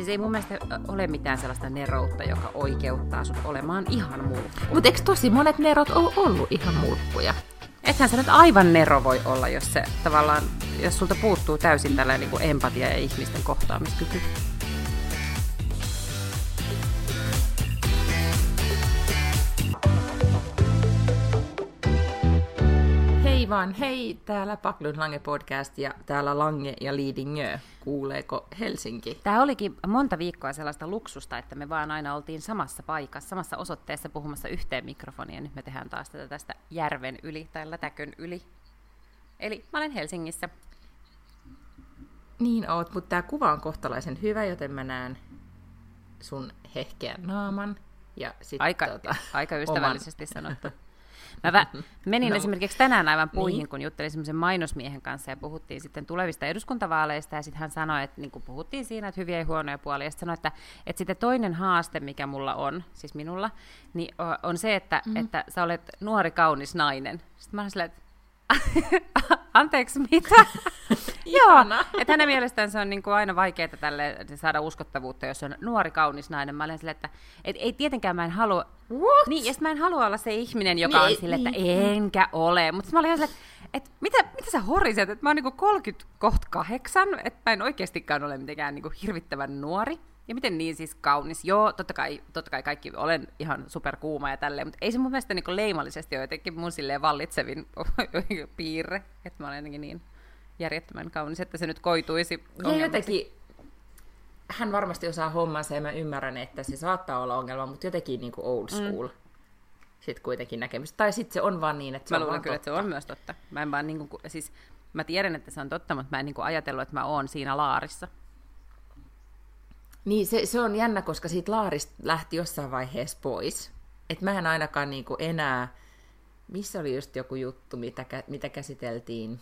Siis ei mun mielestä ole mitään sellaista neroutta, joka oikeuttaa sut olemaan ihan mulkku. Mutta eikö tosi monet nerot ole ollut ihan mulkkuja? Ethän sä nyt aivan nero voi olla, jos se tavallaan, jos sulta puuttuu täysin tällainen niin empatia ja ihmisten kohtaamiskyky. Hei vaan, hei, täällä Paklun Lange podcast ja täällä Lange ja Lidingö. Kuuleeko Helsinki? Tämä olikin monta viikkoa sellaista luksusta, että me vaan aina oltiin samassa paikassa, samassa osoitteessa puhumassa yhteen mikrofoniin. Ja nyt me tehdään taas tästä järven yli tai lätäkön yli. Eli mä olen Helsingissä. Niin oot, mutta tämä kuva on kohtalaisen hyvä, joten mä näen sun hehkeän naaman. Ja sit aika ystävällisesti sanottu. Mä menin esimerkiksi tänään aivan puihin, niin, kun juttelin semmoisen mainosmiehen kanssa ja puhuttiin sitten tulevista eduskuntavaaleista, ja sitten hän sanoi, että niin kun puhuttiin siinä, että hyviä ja huonoja puolia, ja sitten sanoi, että sitten toinen haaste, mikä mulla on, siis minulla, niin on se, että sä olet nuori, kaunis nainen. Sitten mä olin silleen, että anteeksi, mitä? Joo, että hänen mielestään se on niin kuin aina vaikeaa saada uskottavuutta, jos on nuori, kaunis nainen. Mä olen silleen, että ei tietenkään mä en halua. What? Niin, ja mä en halua olla se ihminen, joka on silleen, että enkä ole. Mutta mä olin ihan silleen, että mitä sä horiset, että mä oon niin 38, että mä en oikeastikaan ole mitenkään niin hirvittävän nuori. Ja miten niin siis kaunis? Joo, totta kai kaikki olen ihan superkuuma ja tälleen, mutta ei se mun mielestä niin leimallisesti ole jotenkin mun silleen vallitsevin piirre, että mä olen jotenkin niin järjettömän kaunis, että se nyt koituisi ongelmaksi. Ja jotenkin, hän varmasti osaa hommansa ja mä ymmärrän, että se saattaa olla ongelma, mutta jotenkin niin kuin old school sitten kuitenkin näkemys. Tai sitten se on vaan niin, että se mä on vaan kyllä, totta. että se on myös totta. Mä en vaan niin kuin, siis mä tiedän, että se on totta, mutta mä en niin kuin ajatellut, että mä oon siinä laarissa. Niin, se on jännä, koska siitä laarista lähti jossain vaiheessa pois. Että mä en ainakaan niinku enää, missä oli just joku juttu, mitä käsiteltiin,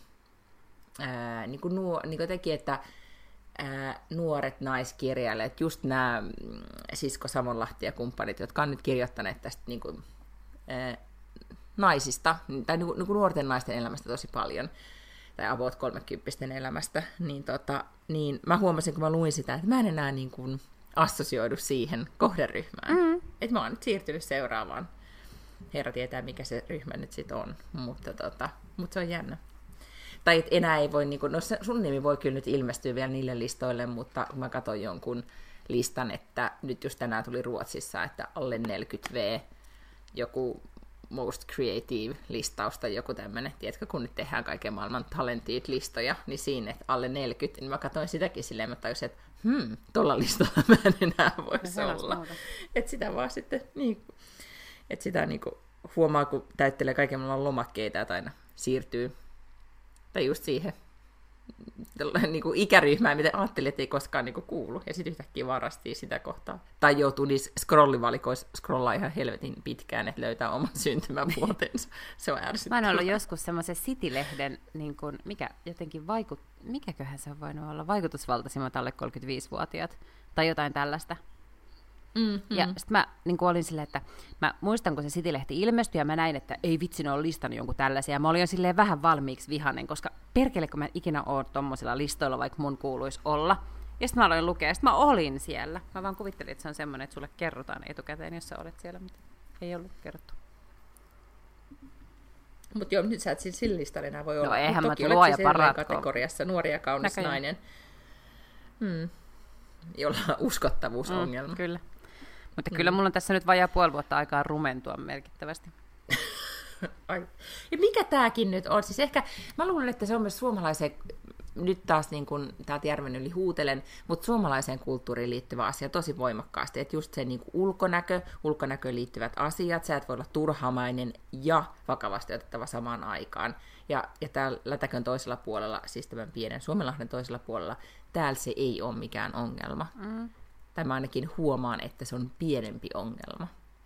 niinku teki, että nuoret naiskirjailijat, just nämä Sisko Savonlahti ja kumppanit, jotka on nyt kirjoittaneet tästä niinku, naisista, tai niinku nuorten naisten elämästä tosi paljon, tai about 30 elämästä, niin mä huomasin, kun mä luin sitä, että mä en enää niin kuin assosioidu siihen kohderyhmään. Että mä oon nyt siirtynyt seuraavaan. Herra tietää, mikä se ryhmä nyt sit on, mutta se on jännä. Tai et enää ei voi, niin kuin, no sun nimi voi kyllä nyt ilmestyä vielä niille listoille, mutta kun mä katsoin jonkun listan, että nyt just tänään tuli Ruotsissa, että alle 40V joku most creative-listaus tai joku tämmöinen, tiedätkö, kun nyt tehdään kaiken maailman talentit-listoja, niin siinä, että alle 40, niin mä katsoin sitäkin silleen, mä tajusin, että tuolla listalla mä en enää voisi olla. Että sitä vaan sitten, niin, että sitä niinku huomaa, kun täyttelee kaiken maailman lomakkeita, että aina siirtyy, tai just siihen niin kuin ikäryhmään, mitä ajattelin, että ei koskaan niin kuin kuulu, ja sitten yhtäkkiä varastii sitä kohtaa. Tai joutuu niissä scrollivalikoissa scrollaa ihan helvetin pitkään, että löytää oman syntymävuotensa. Se on ärsyttävää. Mä oon ollut joskus semmoisen City-lehden, niin kuin, mikäköhän se on voinut olla, vaikutusvaltaisimmat alle 35-vuotiaat, tai jotain tällaista. Ja sitten mä niin olin silleen, että mä muistan, kun se City-lehti ilmestyi, ja mä näin, että ei vitsi, ne on listannut jonkun tällaisia. Ja mä olin jo silleen vähän valmiiksi vihainen, koska perkele, kun mä en ikinä ole tommosilla listoilla, vaikka mun kuuluisi olla. Ja sitten mä aloin lukea, ja sitten mä olin siellä. Mä vaan kuvittelin, että se on semmoinen, että sulle kerrotaan etukäteen, jos sä olet siellä, mutta ei ollut kerrottu. Mutta joo, nyt sä et sillä listalla enää voi olla. No eihän mä luo ja paratko. Kategoriassa nuori ja kaunis nainen. Jolla on uskottavuusongelma. Kyllä. Mutta kyllä mulla on tässä nyt vajaa puoli vuotta aikaa rumentua merkittävästi. Ai. Ja mikä tääkin nyt on? Siis ehkä, mä luulen, että se on myös suomalaiseen, nyt taas niin kuin täältä järven yli huutelen, mutta suomalaiseen kulttuuriin liittyvä asia tosi voimakkaasti. Että just se niin kuin ulkonäköön liittyvät asiat, sä et voi olla turhamainen ja vakavasti otettava samaan aikaan. Ja täällä Lätäkön toisella puolella, siis tämän pienen Suomenlahden toisella puolella, täällä se ei ole mikään ongelma. Tai mä ainakin huomaan, että se on pienempi ongelma.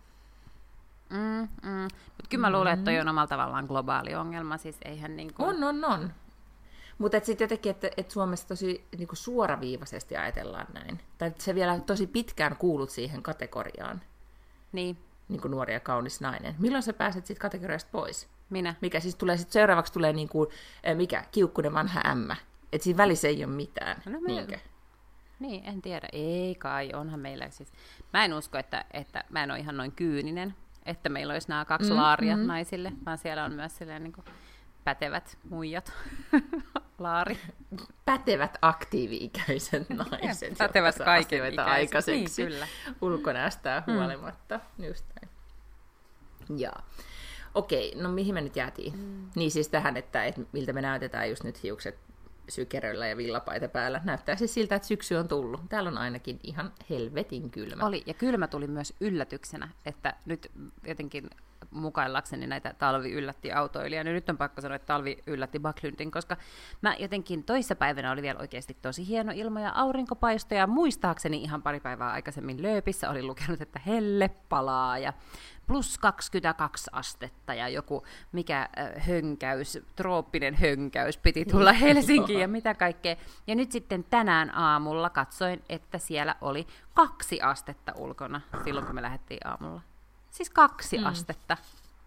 Mutta kyllä mä luulen, että toi on omalla tavallaan globaali ongelma. Siis eihän niin kuin... On. Mutta sitten jotenkin, että Suomessa tosi niin kuin suoraviivaisesti ajatellaan näin. Tai se vielä tosi pitkään kuulut siihen kategoriaan. Niin. Niin kuin nuori ja kaunis nainen. Milloin sä pääset siitä kategoriasta pois? Minä. Mikä siis tulee sitten seuraavaksi tulee niin kuin, kiukkunen vanha ämmä. Että siinä välissä ei ole mitään. No, niinkö? Niin, en tiedä. Ei kai, onhan meillä siis. Mä en usko, että mä en ole ihan noin kyyninen, että meillä olisi nämä 2 laaria naisille, vaan siellä on myös silleen niin kuin pätevät muijat. Laari. Pätevät aktiivi-ikäiset naiset. Pätevät kaiken ikäiset. Aikaiseksi Niin, kyllä. Ulkonäöstään huolimatta. Just näin. Jaa. Okei, no mihin me nyt jäätiin? Niin siis tähän, että miltä me näytetään just nyt hiukset sykeröllä ja villapaita päällä. Näyttää siis siltä, että syksy on tullut. Täällä on ainakin ihan helvetin kylmä. Oli, ja kylmä tuli myös yllätyksenä, että nyt jotenkin mukaillakseni näitä talvi yllätti autoilijaa. No nyt on pakko sanoa, että talvi yllätti Backlundin, koska mä jotenkin toissapäivänä oli vielä oikeasti tosi hieno ilma ja aurinkopaisto, ja muistaakseni ihan pari päivää aikaisemmin Lööpissä oli lukenut, että helle palaa, ja plus 22 astetta, ja joku hönkäys, trooppinen hönkäys piti tulla Helsinkiin, ja mitä kaikkea. Ja nyt sitten tänään aamulla katsoin, että siellä oli 2 astetta ulkona, silloin kun me lähdettiin aamulla. Siis 2 astetta.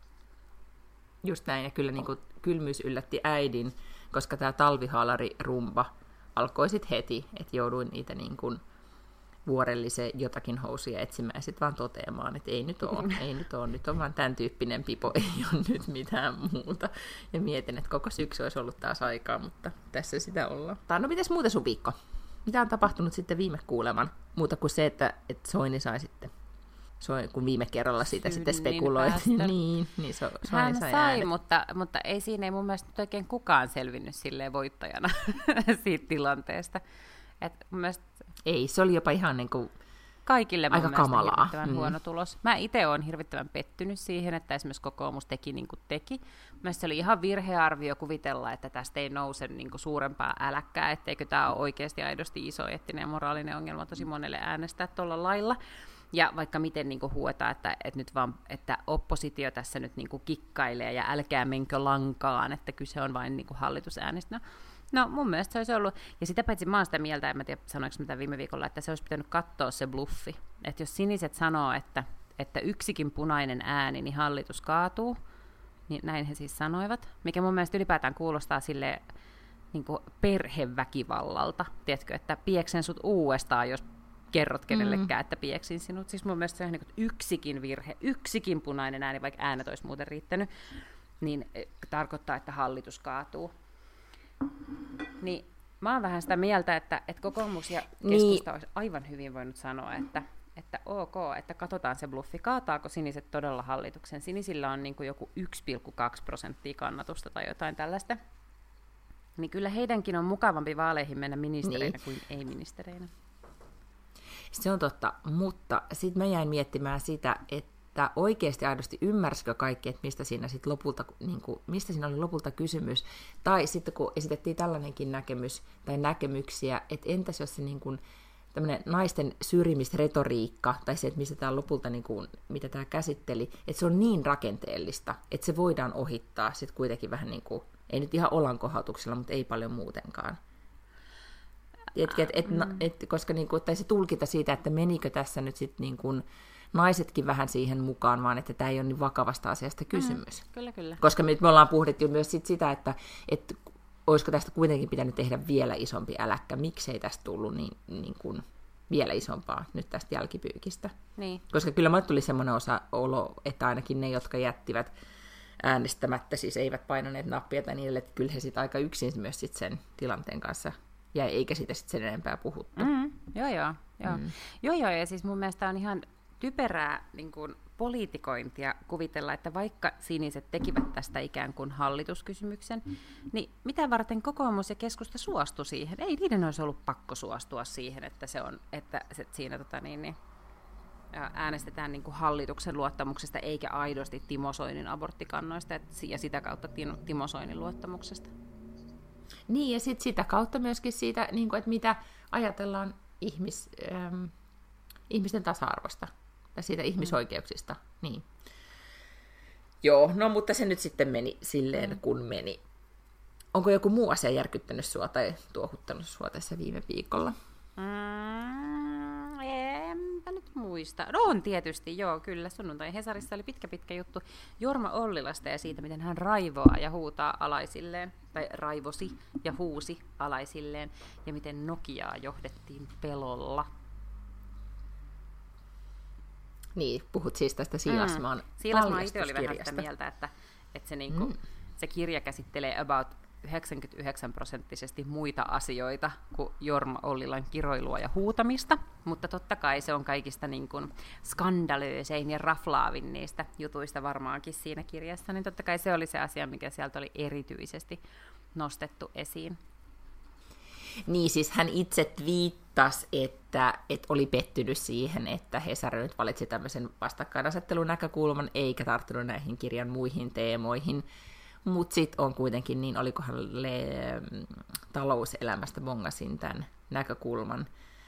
Just näin, ja kyllä niin kuin kylmyys yllätti äidin, koska tämä talvihaalari-rumba alkoi sitten heti, että jouduin niitä niin kuin vuorellisen jotakin housuja etsimään ja sitten vaan toteamaan, että ei nyt ole, nyt on vaan tämän tyyppinen pipo, ei ole nyt mitään muuta. Ja mietin, että koko syksy olisi ollut taas aikaa, mutta tässä sitä ollaan. No mites muuta sun viikko? Mitä on tapahtunut sitten viime kuuleman? Muuta kuin se, että Soini sai sitten, kun viime kerralla siitä sitten spekuloitiin. niin hän sai äänet. Mutta ei siinä ei mun mielestä nyt oikein kukaan selvinnyt silleen voittajana siitä tilanteesta. Et mun mielestä ei, se oli jopa ihan niin kuin kaikille mun aika kamalaa. Hirvittävän huono tulos. Mä itse olen hirvittävän pettynyt siihen, että esimerkiksi kokoomus teki niin kuin teki. Mielestäni se oli ihan virhearvio kuvitella, että tästä ei nouse niin kuin suurempaa äläkkää, etteikö tämä ole oikeasti aidosti iso eettinen ja moraalinen ongelma tosi monelle äänestää tuolla lailla. Ja vaikka miten niin kuin huuetaan, että nyt vaan, että oppositio tässä nyt niin kuin kikkailee ja älkää menkö lankaan, että kyse on vain niin kuin hallitusäänestä. No mun mielestä se olisi ollut, ja sitä paitsi mä oon sitä mieltä, en mä tiedä sanoinko mitä viime viikolla, että se olisi pitänyt katsoa se bluffi. Että jos siniset sanoo, että yksikin punainen ääni, niin hallitus kaatuu, niin näin he siis sanoivat, mikä mun mielestä ylipäätään kuulostaa silleen niin kuin perheväkivallalta. Tiedätkö, että pieksen sut uudestaan, jos kerrot kenellekään, että pieksin sinut. Siis mun mielestä se on niin kuin yksikin virhe, yksikin punainen ääni, vaikka äänet olisi muuten riittänyt, niin tarkoittaa, että hallitus kaatuu. Niin mä oon vähän sitä mieltä, että kokoomus ja keskusta olisi aivan hyvin voinut sanoa, että ok, että katsotaan se bluffi, kaataako siniset todella hallituksen. Sinisillä on niin kuin joku 1,2% kannatusta tai jotain tällaista. Niin kyllä heidänkin on mukavampi vaaleihin mennä ministereinä kuin ei-ministereinä. Se on totta, mutta sitten mä jäin miettimään sitä, että oikeasti aidosti ymmärsikö kaikki, että mistä siinä, sit lopulta, niin kuin, mistä siinä oli lopulta kysymys. Tai sitten kun esitettiin tällainenkin näkemys tai näkemyksiä, että entäs jos se niin kuin, tämmöinen naisten syrjimisretoriikka, tai se, että mistä tämä lopulta, niin kuin, mitä tämä käsitteli, että se on niin rakenteellista, että se voidaan ohittaa sitten kuitenkin vähän niin kuin, ei nyt ihan olankohautuksella, mutta ei paljon muutenkaan. Koska niin kuin, tai se tulkita siitä, että menikö tässä nyt sitten niin kuin naisetkin vähän siihen mukaan, vaan että tämä ei ole niin vakavasta asiasta kysymys. Kyllä. Koska me ollaan puhdettu myös sitä, että olisiko tästä kuitenkin pitänyt tehdä vielä isompi äläkkä, miksei tästä tullut niin kuin vielä isompaa nyt tästä jälkipyykistä. Niin. Koska kyllä mulle tuli semmoinen olo, että ainakin ne, jotka jättivät äänestämättä, siis eivät painaneet nappia tai niille, että kyllä he sitten aika yksin myös sit sen tilanteen kanssa jäi, eikä siitä sitten sen enempää puhuttu. Joo, ja siis mun mielestä on ihan typerää niin kuin poliitikointia kuvitella, että vaikka siniset tekivät tästä ikään kuin hallituskysymyksen, niin mitä varten kokoomus ja keskusta suostu siihen? Ei niiden olisi ollut pakko suostua siihen, että siinä äänestetään niin kuin hallituksen luottamuksesta, eikä aidosti Timo Soinin aborttikannoista ja sitä kautta Timo Soinin luottamuksesta. Niin, ja sitten sitä kautta myöskin siitä, niin kuin, että mitä ajatellaan ihmisten tasa-arvosta tai siitä ihmisoikeuksista. Niin. Joo, no mutta se nyt sitten meni silleen, kun meni. Onko joku muu asia järkyttänyt sua tai tuohuttanut sua tässä viime viikolla? Enpä nyt jutuista. No on tietysti, joo, kyllä. Sunnuntai Hesarissa oli pitkä juttu Jorma Ollilasta ja siitä, miten hän raivoaa ja huutaa alaisilleen, tai raivosi ja huusi alaisilleen, ja miten Nokiaa johdettiin pelolla. Niin, puhut siis tästä Siilasmaan Siilasmaa itse oli vähän sitä mieltä, että se, niinku, se kirja käsittelee about 99% muita asioita kuin Jorma Ollilan kiroilua ja huutamista, mutta totta kai se on kaikista niin kuin skandalöisein ja raflaavin niistä jutuista varmaankin siinä kirjassa, niin totta kai se oli se asia, mikä sieltä oli erityisesti nostettu esiin. Niin, siis hän itse twiittasi, että oli pettynyt siihen, että Hesari nyt valitsi tämmöisen vastakkainasettelun näkökulman, eikä tarttunut näihin kirjan muihin teemoihin. Mutta sitten on kuitenkin, niin olikohan talouselämästä bongasin tämän näkökulman,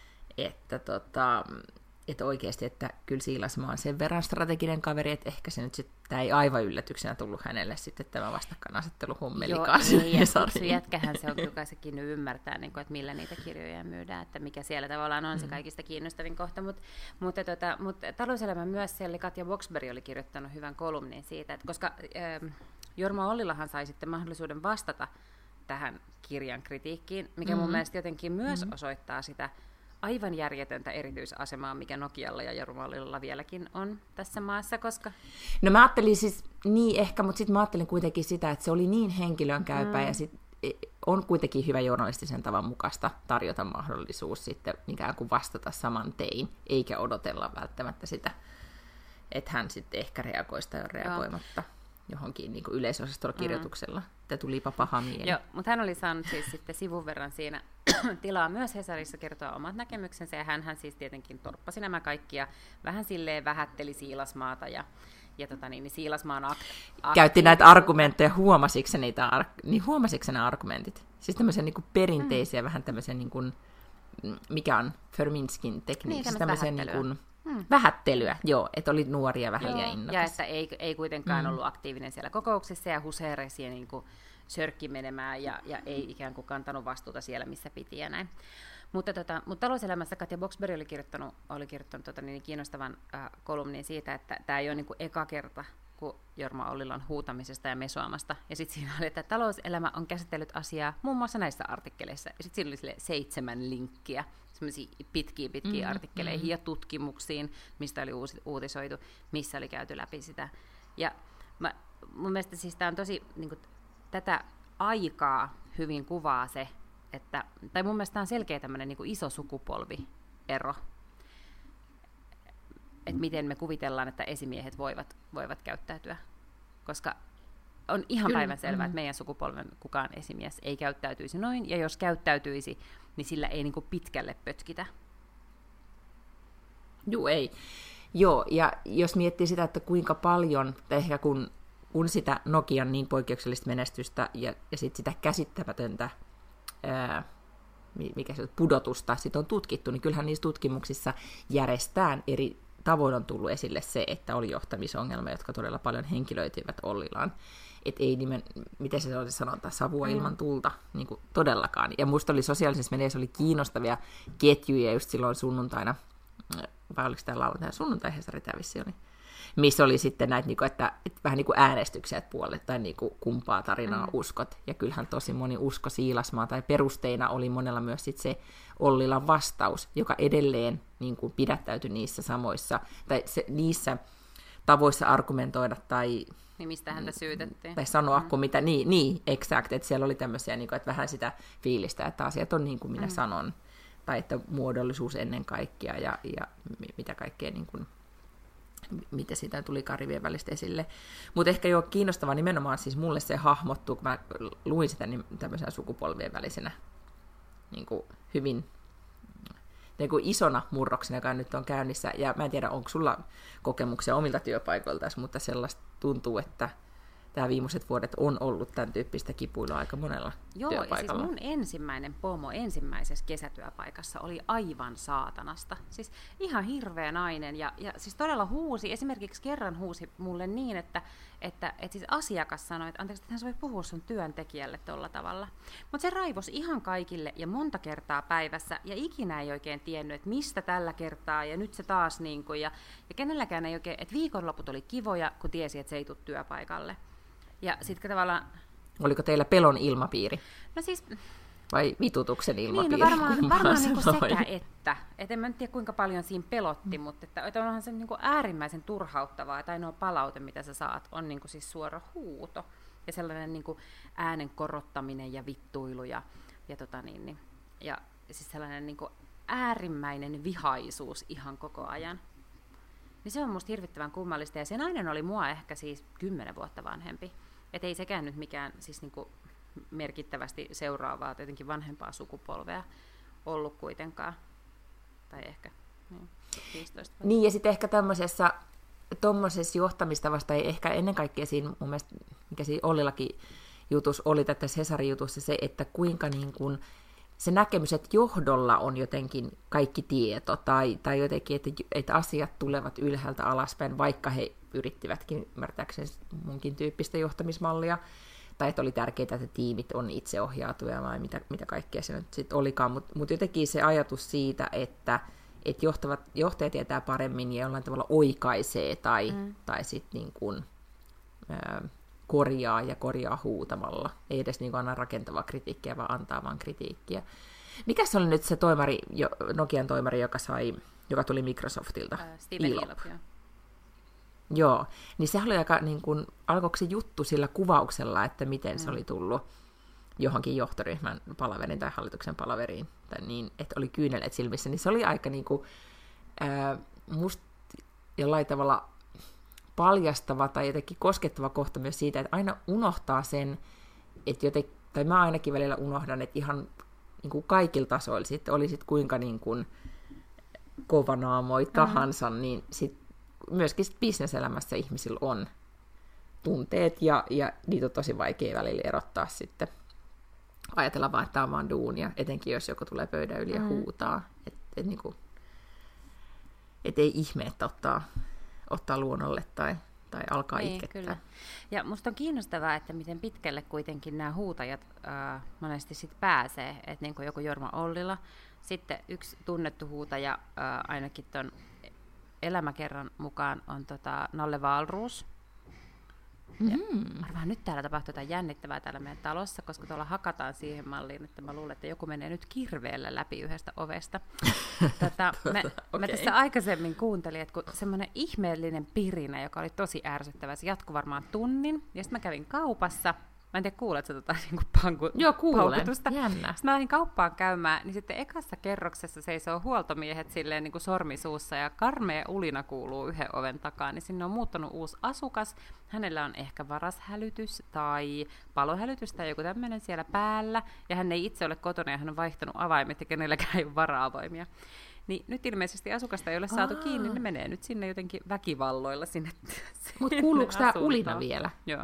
että oikeasti, että kyllä Siilasmaa on sen verran strateginen kaveri, että ehkä se nyt sitten ei aivan yllätyksenä tullut hänelle sitten tämä vastakkainasettelu hummelikaan. Joo, ei, ja jätkähän se on kyllä sekin ymmärtää, niin kuin, että millä niitä kirjoja myydään, että mikä siellä tavallaan on se kaikista kiinnostavin kohta, mutta talouselämä myös siellä Katja Boxberg oli kirjoittanut hyvän kolumnin siitä, että koska Jorma Ollilahan sai sitten mahdollisuuden vastata tähän kirjan kritiikkiin, mikä mun mielestä jotenkin myös osoittaa sitä aivan järjetöntä erityisasemaa, mikä Nokialla ja Jorma Ollilalla vieläkin on tässä maassa, koska... No mä ajattelin siis, niin ehkä, mutta sitten mä ajattelin kuitenkin sitä, että se oli niin henkilönkäypä ja sit on kuitenkin hyvä journalistisen tavan mukaista tarjota mahdollisuus sitten ikään kuin vastata saman tein, eikä odotella välttämättä sitä, että hän sitten ehkä reagoisi tai on reagoimatta johonkin niin kuin yleisosastolla kirjoituksella. Tämä tulipa paha mieli. Joo, mutta hän oli saanut siis sitten sivun verran siinä tilaa myös Hesarissa kertoa omat näkemyksensä, ja hän siis tietenkin torppasi nämä kaikki, ja vähän silleen vähätteli Siilasmaata, ja Siilasmaan käytti näitä argumentteja, huomasitko nämä argumentit? Siis tämmöisiä niin kuin perinteisiä, vähän tämmöisiä, niin kuin, mikä on Ferminskin tekniikka, siis tämmöisiä niin kuin, vähättelyä, joo, että oli nuoria vähän ja innokas. Ja että ei kuitenkaan ollut aktiivinen siellä kokouksessa ja huseeresi ja niin kuin sörkki menemään ja ei ikään kuin kantanut vastuuta siellä, missä piti ja näin. Mutta talouselämässä Katja Boxberg oli kirjoittanut kiinnostavan kolumnin siitä, että tämä ei ole niin kuin eka kerta, kun Jorma Ollilan huutamisesta ja mesoamasta. Ja sitten siinä oli, että talouselämä on käsitellyt asiaa muun muassa näissä artikkeleissa. Ja sitten siinä oli 7 linkkiä, semmoisia pitkiä artikkeleihin ja tutkimuksiin, mistä oli uutisoitu, missä oli käyty läpi sitä. Ja mun mielestä siis tämä on tosi, niin kuin, tätä aikaa hyvin kuvaa se, että, tai mun mielestä tämä on selkeä tämmöinen niin kuin iso sukupolviero, että miten me kuvitellaan, että esimiehet voivat käyttäytyä, koska on ihan päivänselvää, että meidän sukupolven kukaan esimies ei käyttäytyisi noin, ja jos käyttäytyisi, niin sillä ei niin kuin pitkälle pötkitä. Joo, ei. Joo, ja jos miettii sitä, että kuinka paljon, tai ehkä kun sitä Nokian niin poikkeuksellista menestystä ja sitten sitä käsittämätöntä mikä se pudotusta sit on tutkittu, niin kyllähän niissä tutkimuksissa järjestään eri tavoin on tullut esille se, että oli johtamisongelma, jotka todella paljon henkilöityivät Ollilaan. Että ei miten se oli sanonta, savua ilman tulta, niin kuin todellakaan. Ja musta oli sosiaalisessa mediassa oli kiinnostavia ketjuja just silloin sunnuntaina, vai oliko tämä lauantaina, sunnuntai Hesari tämä vissi oli, missä oli sitten näitä, että vähän niin kuin äänestyksiä, että puolet tai niin kuin kumpaa tarinaa uskot. Ja kyllähän tosi moni usko Siilasmaa, tai perusteina oli monella myös sit se Ollilan vastaus, joka edelleen niin kuin pidättäytyi niissä samoissa, tai niissä tavoissa argumentoida tai... Niin mistä häntä syytettiin. Tai sanoa, kun mitä, niin, exact, että siellä oli tämmöisiä, niin kuin, että vähän sitä fiilistä, että asiat on niin kuin minä sanon, tai että muodollisuus ennen kaikkea, ja mitä kaikkea niin kuin, miten siitä tuli karivien välistä esille. Mutta ehkä jo kiinnostavaa nimenomaan siis mulle se hahmottuu, kun mä luin sitä niin tämmöisenä sukupolvien välisenä niin kuin hyvin niin kuin isona murroksena, joka nyt on käynnissä. Ja mä en tiedä, onko sulla kokemuksia omilta työpaikoilta, mutta sellaista tuntuu, että tämä viimeiset vuodet on ollut tämän tyyppistä kipuilua aika monella työpaikalla. Joo, siis mun ensimmäinen pomo ensimmäisessä kesätyöpaikassa oli aivan saatanasta. Siis ihan hirveä nainen ja siis todella huusi, esimerkiksi kerran huusi mulle niin, että että siis asiakas sanoi, että anteeksi, että hän voi puhua sun työntekijälle tolla tavalla. Mutta se raivosi ihan kaikille ja monta kertaa päivässä, ja ikinä ei oikein tiennyt, että mistä tällä kertaa, ja nyt se taas niin kuin, ja kenelläkään ei oikein, että viikonloput oli kivoja, kun tiesi, että se ei tule työpaikalle. Ja sitten tavallaan... Oliko teillä pelon ilmapiiri? No siis... Vai vitutuksen ilmapiiri? Niin, no varmaan niin sekä että. Et en mä tiedä, kuinka paljon siinä pelotti, mutta että onhan se niin kuin äärimmäisen turhauttavaa, että ainoa palaute, mitä sä saat, on niin kuin siis suora huuto. Ja sellainen niin kuin äänen korottaminen ja vittuilu ja siis sellainen niin kuin äärimmäinen vihaisuus ihan koko ajan. Niin se on musta hirvittävän kummallista. Ja se nainen oli mua ehkä siis 10 vuotta vanhempi. Että ei sekään nyt mikään siis niin kuin merkittävästi seuraavaa, tietenkin vanhempaa sukupolvea ollut kuitenkaan. Tai ehkä 15 vuotta. Niin, ja sitten ehkä tuommoisessa johtamistavasta ei ehkä ennen kaikkea siinä, mun mielestä, mikä siinä Ollillakin jutus oli, tätä Hesarin jutussa, se, että kuinka niin kun se näkemys, että johdolla on jotenkin kaikki tieto, tai jotenkin, että asiat tulevat ylhäältä alaspäin, vaikka he yrittivätkin ymmärtääkseni munkin tyyppistä johtamismallia, tai että oli tärkeää, että tiimit on itseohjautuvia, vai mitä kaikkea se nyt sitten olikaan, mutta jotenkin se ajatus siitä, että johtaja tietää paremmin ja jollain tavalla oikaisee, tai sitten niin kuin korjaa huutamalla, ei edes niin kuin anna rakentavaa kritiikkiä, vaan antaa vaan kritiikkiä. Mikäs oli nyt se toimari, Nokian toimari, joka tuli Microsoftilta? Steve Elop, joo. Joo, niin sehän oli aika, niin kuin, alkoiko se juttu sillä kuvauksella, että miten se oli tullut johonkin johtoryhmän palaveriin tai hallituksen palaveriin, tai niin, että oli kyyneleet silmissä, niin se oli aika niin kuin, musta jollain tavalla paljastava tai jotenkin koskettava kohta myös siitä, että aina unohtaa sen, että tai mä ainakin välillä unohdan, että ihan niin kuin kaikilla tasoilla, sitten oli sitten kuinka niin kuin kovanaamoja tahansa, niin sitten myöskin sit bisneselämässä ihmisillä on tunteet, ja niitä on tosi vaikea välillä erottaa sitten. Ajatella vaan, että tämä on vaan duunia, etenkin jos joku tulee pöydän yli ja huutaa. Niinku, et ei ihme, että ottaa luonnolle tai alkaa itkettää. Kyllä. Ja musta on kiinnostavaa, että miten pitkälle kuitenkin nämä huutajat monesti sit pääsee. Että niin kuin joku Jorma Ollila, sitten yksi tunnettu huutaja ainakin ton Elämäkerran mukaan on Nalle Wahlroos. Arvaan, nyt täällä tapahtuu jotain jännittävää täällä meidän talossa, koska tuolla hakataan siihen malliin, että mä luulen, että joku menee nyt kirveellä läpi yhdestä ovesta. Mä tässä aikaisemmin kuuntelin, että kun semmoinen ihmeellinen pirinä, joka oli tosi ärsyttävä, se jatkui varmaan tunnin, ja sitten mä kävin kaupassa. Mä en tiedä, kuuletko paukutusta? Jännä. Sitten mä lähdin kauppaan käymään, niin sitten ekassa kerroksessa seisoo huoltomiehet silleen niin kuin sormisuussa, ja karmea ulina kuuluu yhden oven takaa, niin sinne on muuttanut uusi asukas. Hänellä on ehkä varashälytys tai palohälytys tai joku tämmöinen siellä päällä, ja hän ei itse ole kotona, ja hän on vaihtanut avaimet, ja kenelläkään ei ole vara-avoimia. Niin nyt ilmeisesti asukasta ei ole saatu kiinni, ne menee nyt sinne jotenkin väkivalloilla sinne. Mutta kuuluuko tämä ulina vielä? Joo.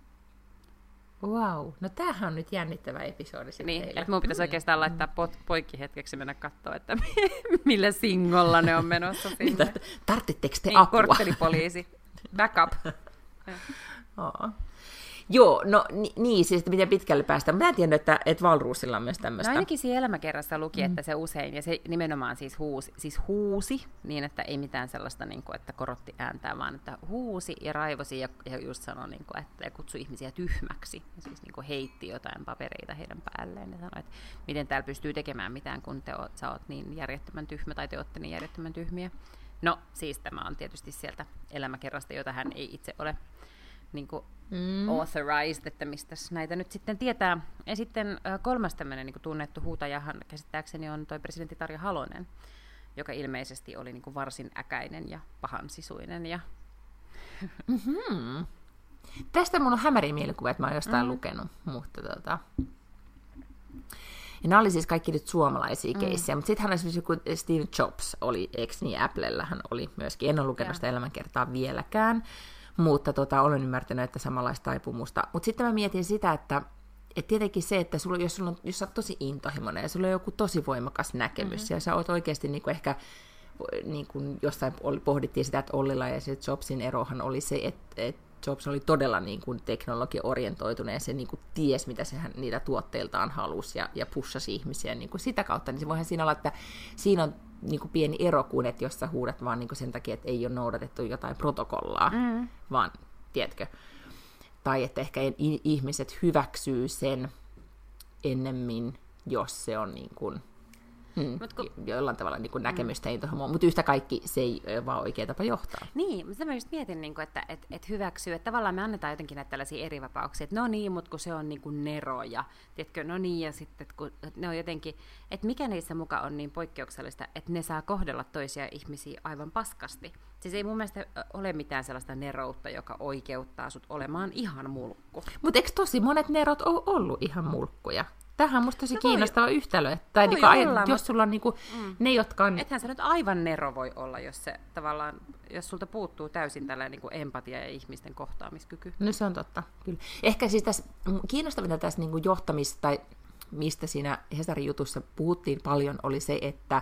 Wow, no tämähän on nyt jännittävä episodi sitten niin, teille. Että mun pitäisi oikeastaan laittaa poikki hetkeksi mennä katsoa, että millä singolla ne on menossa sinne. Tarvitteko te apua? Korttelipoliisi, backup. Joo, no niin, siis miten pitkälle päästään. Mä en tiennyt, että Wahlroosilla on myös tämmöistä. No ainakin siinä Elämäkerrassa luki, että se usein, ja se nimenomaan siis huusi, niin että ei mitään sellaista, niin kuin, että korotti ääntää, vaan että huusi ja raivosi ja just sanoi, niin kuin, että kutsui ihmisiä tyhmäksi. Ja siis niin kuin heitti jotain papereita heidän päälleen ja sanoi, että miten täällä pystyy tekemään mitään, kun sä oot niin järjettömän tyhmä tai te ootte niin järjettömän tyhmiä. No siis tämä on tietysti sieltä Elämäkerrasta, jota hän ei itse ole niin kuin authorized, että mistä näitä nyt sitten tietää. Ja sitten kolmas tämmöinen niin kuin tunnettu huutajahan käsittääkseni on toi presidentti Tarja Halonen, joka ilmeisesti oli niin kuin varsin äkäinen ja pahansisuinen. Ja Tästä mun on hämäriä mielikuva, että mä oon jostain lukenut, mutta ja nämä oli siis kaikki nyt suomalaisia keissejä, mutta sittenhän esimerkiksi joku Steve Jobs oli, eikö niin, Applella hän oli myöskin, en ole lukenut sitä Elämänkertaa vieläkään, mutta olen ymmärtänyt, että samanlaista taipumusta. Mutta sitten mä mietin sitä, että tietenkin se, että jos sä oot tosi intohimoinen ja sulla on joku tosi voimakas näkemys, ja sä oot oikeasti niin kuin ehkä, niin kuin jossain pohdittiin sitä, että Ollila ja se Jobsin erohan oli se, että Jobs oli todella niin kuin teknologia-orientoitunut ja se niin kuin ties, mitä sehän niitä tuotteiltaan halusi ja pushasi ihmisiä niin kuin sitä kautta, niin se voihan siinä olla, että siinä on niin kuin pieni ero kuin, että jos sä huudat vaan niin kuin sen takia, että ei ole noudatettu jotain protokollaa, vaan, tiedätkö, tai että ehkä ihmiset hyväksyy sen ennemmin, jos se on niin kuin, jollain tavalla niin näkemystä ei tuohon, mutta yhtä kaikki se ei ole vaan oikea tapa johtaa. Niin, mutta mä just mietin, niin kuin, että hyväksyy, että tavallaan me annetaan jotenkin näitä tällaisia eri vapauksia, että no niin, mutta kun se on niin kuin neroja, tiedätkö, no niin, ja sitten kun ne on jotenkin, että mikä niissä muka on niin poikkeuksellista, että ne saa kohdella toisia ihmisiä aivan paskasti. Siis ei mun mielestä ole mitään sellaista neroutta, joka oikeuttaa sut olemaan ihan mulkku. Mutta eikö tosi monet nerot ole ollut ihan mulkkuja? Tämähän on musta tosi kiinnostava yhtälö. Tai niinku jos sulla on niinku ne, jotka on... Ethän sä nyt aivan nero voi olla, jos se tavallaan, jos sulta puuttuu täysin tällainen niinku empatia ja ihmisten kohtaamiskyky. No se on totta, kyllä. Ehkä siis tässä kiinnostavinta tässä niinku johtamista, tai mistä siinä Hesarin jutussa puhuttiin paljon, oli se,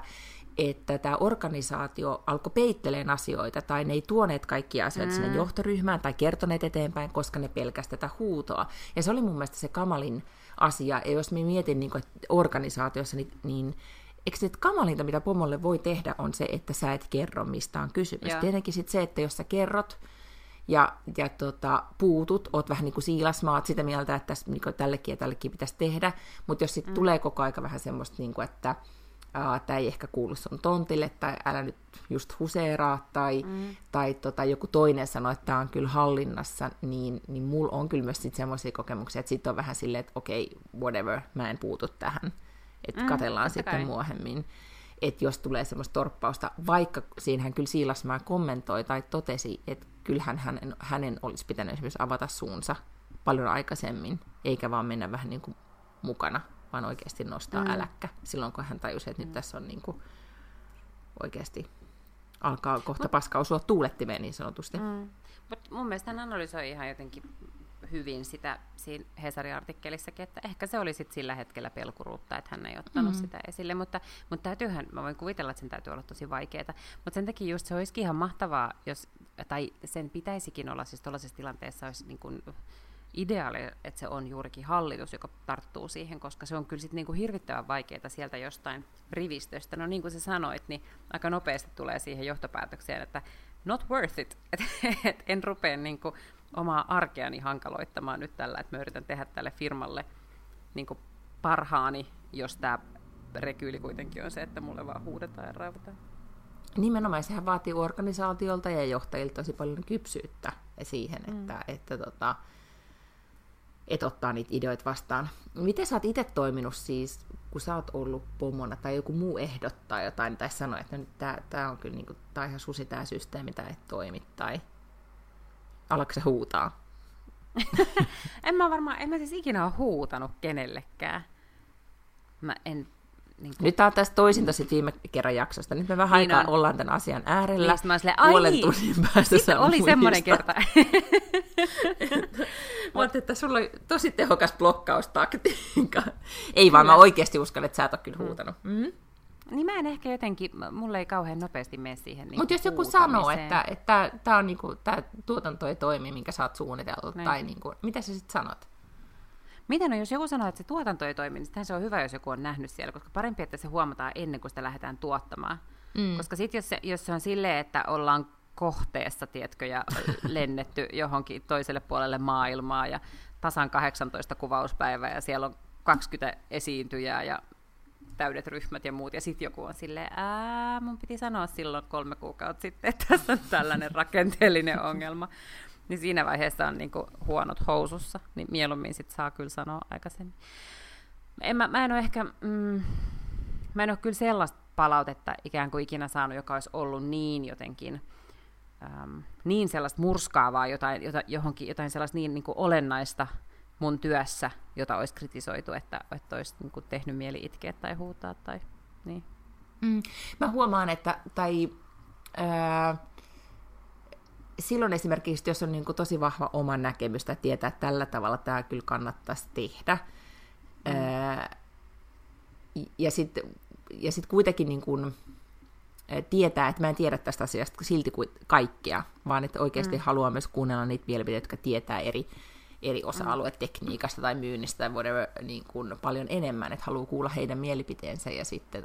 että tämä organisaatio alkoi peittelemään asioita, tai ne ei tuoneet kaikkia asioita sinne johtoryhmään, tai kertoneet eteenpäin, koska ne pelkästään tätä huutoa. Ja se oli mun mielestä se kamalin asia, ja jos me mietin niin kuin, organisaatiossa, niin eikö se kamalinta, mitä pomolle voi tehdä, on se, että sä et kerro, mistä on kysymys. Tietenkin sitten se, että jos sä kerrot ja puutut, oot vähän niin kuin siilasmaat sitä mieltä, että tässä, niin tällekin pitäisi tehdä, mutta jos sitten tulee koko aika vähän semmoista, niin kuin, että tämä ei ehkä kuulu sun tontille, tai älä nyt just huseeraa, tai joku toinen sanoo, että tämä on kyllä hallinnassa, niin mulla on kyllä myös semmoisia kokemuksia, että sitten on vähän silleen, että okei, whatever, mä en puutu tähän, että katsellaan sitten myöhemmin. Että jos tulee semmoista torppausta, vaikka siinähän kyllä Siilasmaa kommentoi tai totesi, että kyllähän hänen olisi pitänyt esimerkiksi avata suunsa paljon aikaisemmin, eikä vaan mennä vähän niin kuin mukana, vaan oikeasti nostaa äläkkä silloin, kun hän tajusi, että nyt tässä on niin kuin oikeasti alkaa kohta paska osua tuulettimeen niin sanotusti. Mutta mun mielestä hän analysoi ihan jotenkin hyvin sitä siinä Hesari-artikkelissakin, että ehkä se oli sitten sillä hetkellä pelkuruutta, että hän ei ottanut sitä esille, mutta täytyyhän, mä voin kuvitella, että sen täytyy olla tosi vaikeaa, mutta sen takia just se olisikin ihan mahtavaa, tai sen pitäisikin olla, siis tuollaisessa tilanteessa olisi niin kuin ideaali, että se on juurikin hallitus, joka tarttuu siihen, koska se on kyllä sitten niinku hirvittävän vaikeaa sieltä jostain rivistöstä. No niin kuin sä sanoit, niin aika nopeasti tulee siihen johtopäätökseen, että not worth it. Et en rupea niinku omaa arkeani hankaloittamaan nyt tällä, että mä yritän tehdä tälle firmalle niinku parhaani, jos tämä rekyyli kuitenkin on se, että mulle vaan huudetaan ja raivataan. Nimenomaan sehän vaatii organisaatiolta ja johtajilta tosi paljon kypsyyttä siihen, että ottaa niitä ideoita vastaan. Miten sä oot itse toiminut siis, kun sä oot ollut pomona tai joku muu ehdottaa jotain tai sanoo, että nyt tää on kyllä niinku, tää on ihan susi tää systeemi, tää ei toimi, tai alatko sä huutaa? en mä siis ikinä ole huutanut kenellekään. Mä en... Niin nyt tää on tässä toisinta sit viime kerran jaksosta. Nyt me vähän niin aikaa ollaan tämän asian äärellä. Niin, mä silleen, puolen tunnin päästä sitten oli semmoinen kerta. Mä ajattelin, että sulla oli tosi tehokas blokkaustaktiikka. Ei vaan, mä oikeasti uskon, että sä et ole kyllä huutanut. Niin mä en ehkä jotenkin, mulle ei kauhean nopeasti mene siihen niin mutta jos joku sanoo, että tää on niinku, tää tuotanto ei toimi, minkä sä oot suunnitellut, tai niinku, mitä sä sitten sanot? Miten on, jos joku sanoo, että se tuotanto ei toimi, niin se on hyvä, jos joku on nähnyt siellä, koska parempi, että se huomataan ennen kuin sitä lähdetään tuottamaan. Koska sitten jos se on silleen, että ollaan kohteessa, tiedätkö, ja lennetty johonkin toiselle puolelle maailmaa, ja tasan 18 kuvauspäivää, ja siellä on 20 esiintyjää, ja täydet ryhmät ja muut, ja sitten joku on silleen, mun piti sanoa silloin 3 kuukautta sitten, että tässä on tällainen rakenteellinen ongelma. Niin siinä vaiheessa on niinku huonot housussa, niin mieluummin sit saa kyllä sanoa aikaisemmin. Mä en ole ehkä, mä en ole kyllä sellaista palautetta ikään kuin ikinä saanut, joka olisi ollut niin jotenkin, niin sellaista murskaavaa, jotain sellaista niin kuin olennaista mun työssä, jota olisi kritisoitu, että olisi niin kuin tehnyt mieli itkeä tai huutaa. Tai, niin. Mä huomaan, että silloin esimerkiksi, jos on niin kuin tosi vahva oma näkemys tai tietää, että tällä tavalla tämä kyllä kannattaisi tehdä, ja sitten kuitenkin niin kuin, tietää, että mä en tiedä tästä asiasta silti kaikkea, vaan että oikeasti haluaa myös kuunnella niitä mielipiteitä, jotka tietää eri osa-aluetekniikasta tai myynnistä tai whatever, niin kuin paljon enemmän, että haluaa kuulla heidän mielipiteensä ja sitten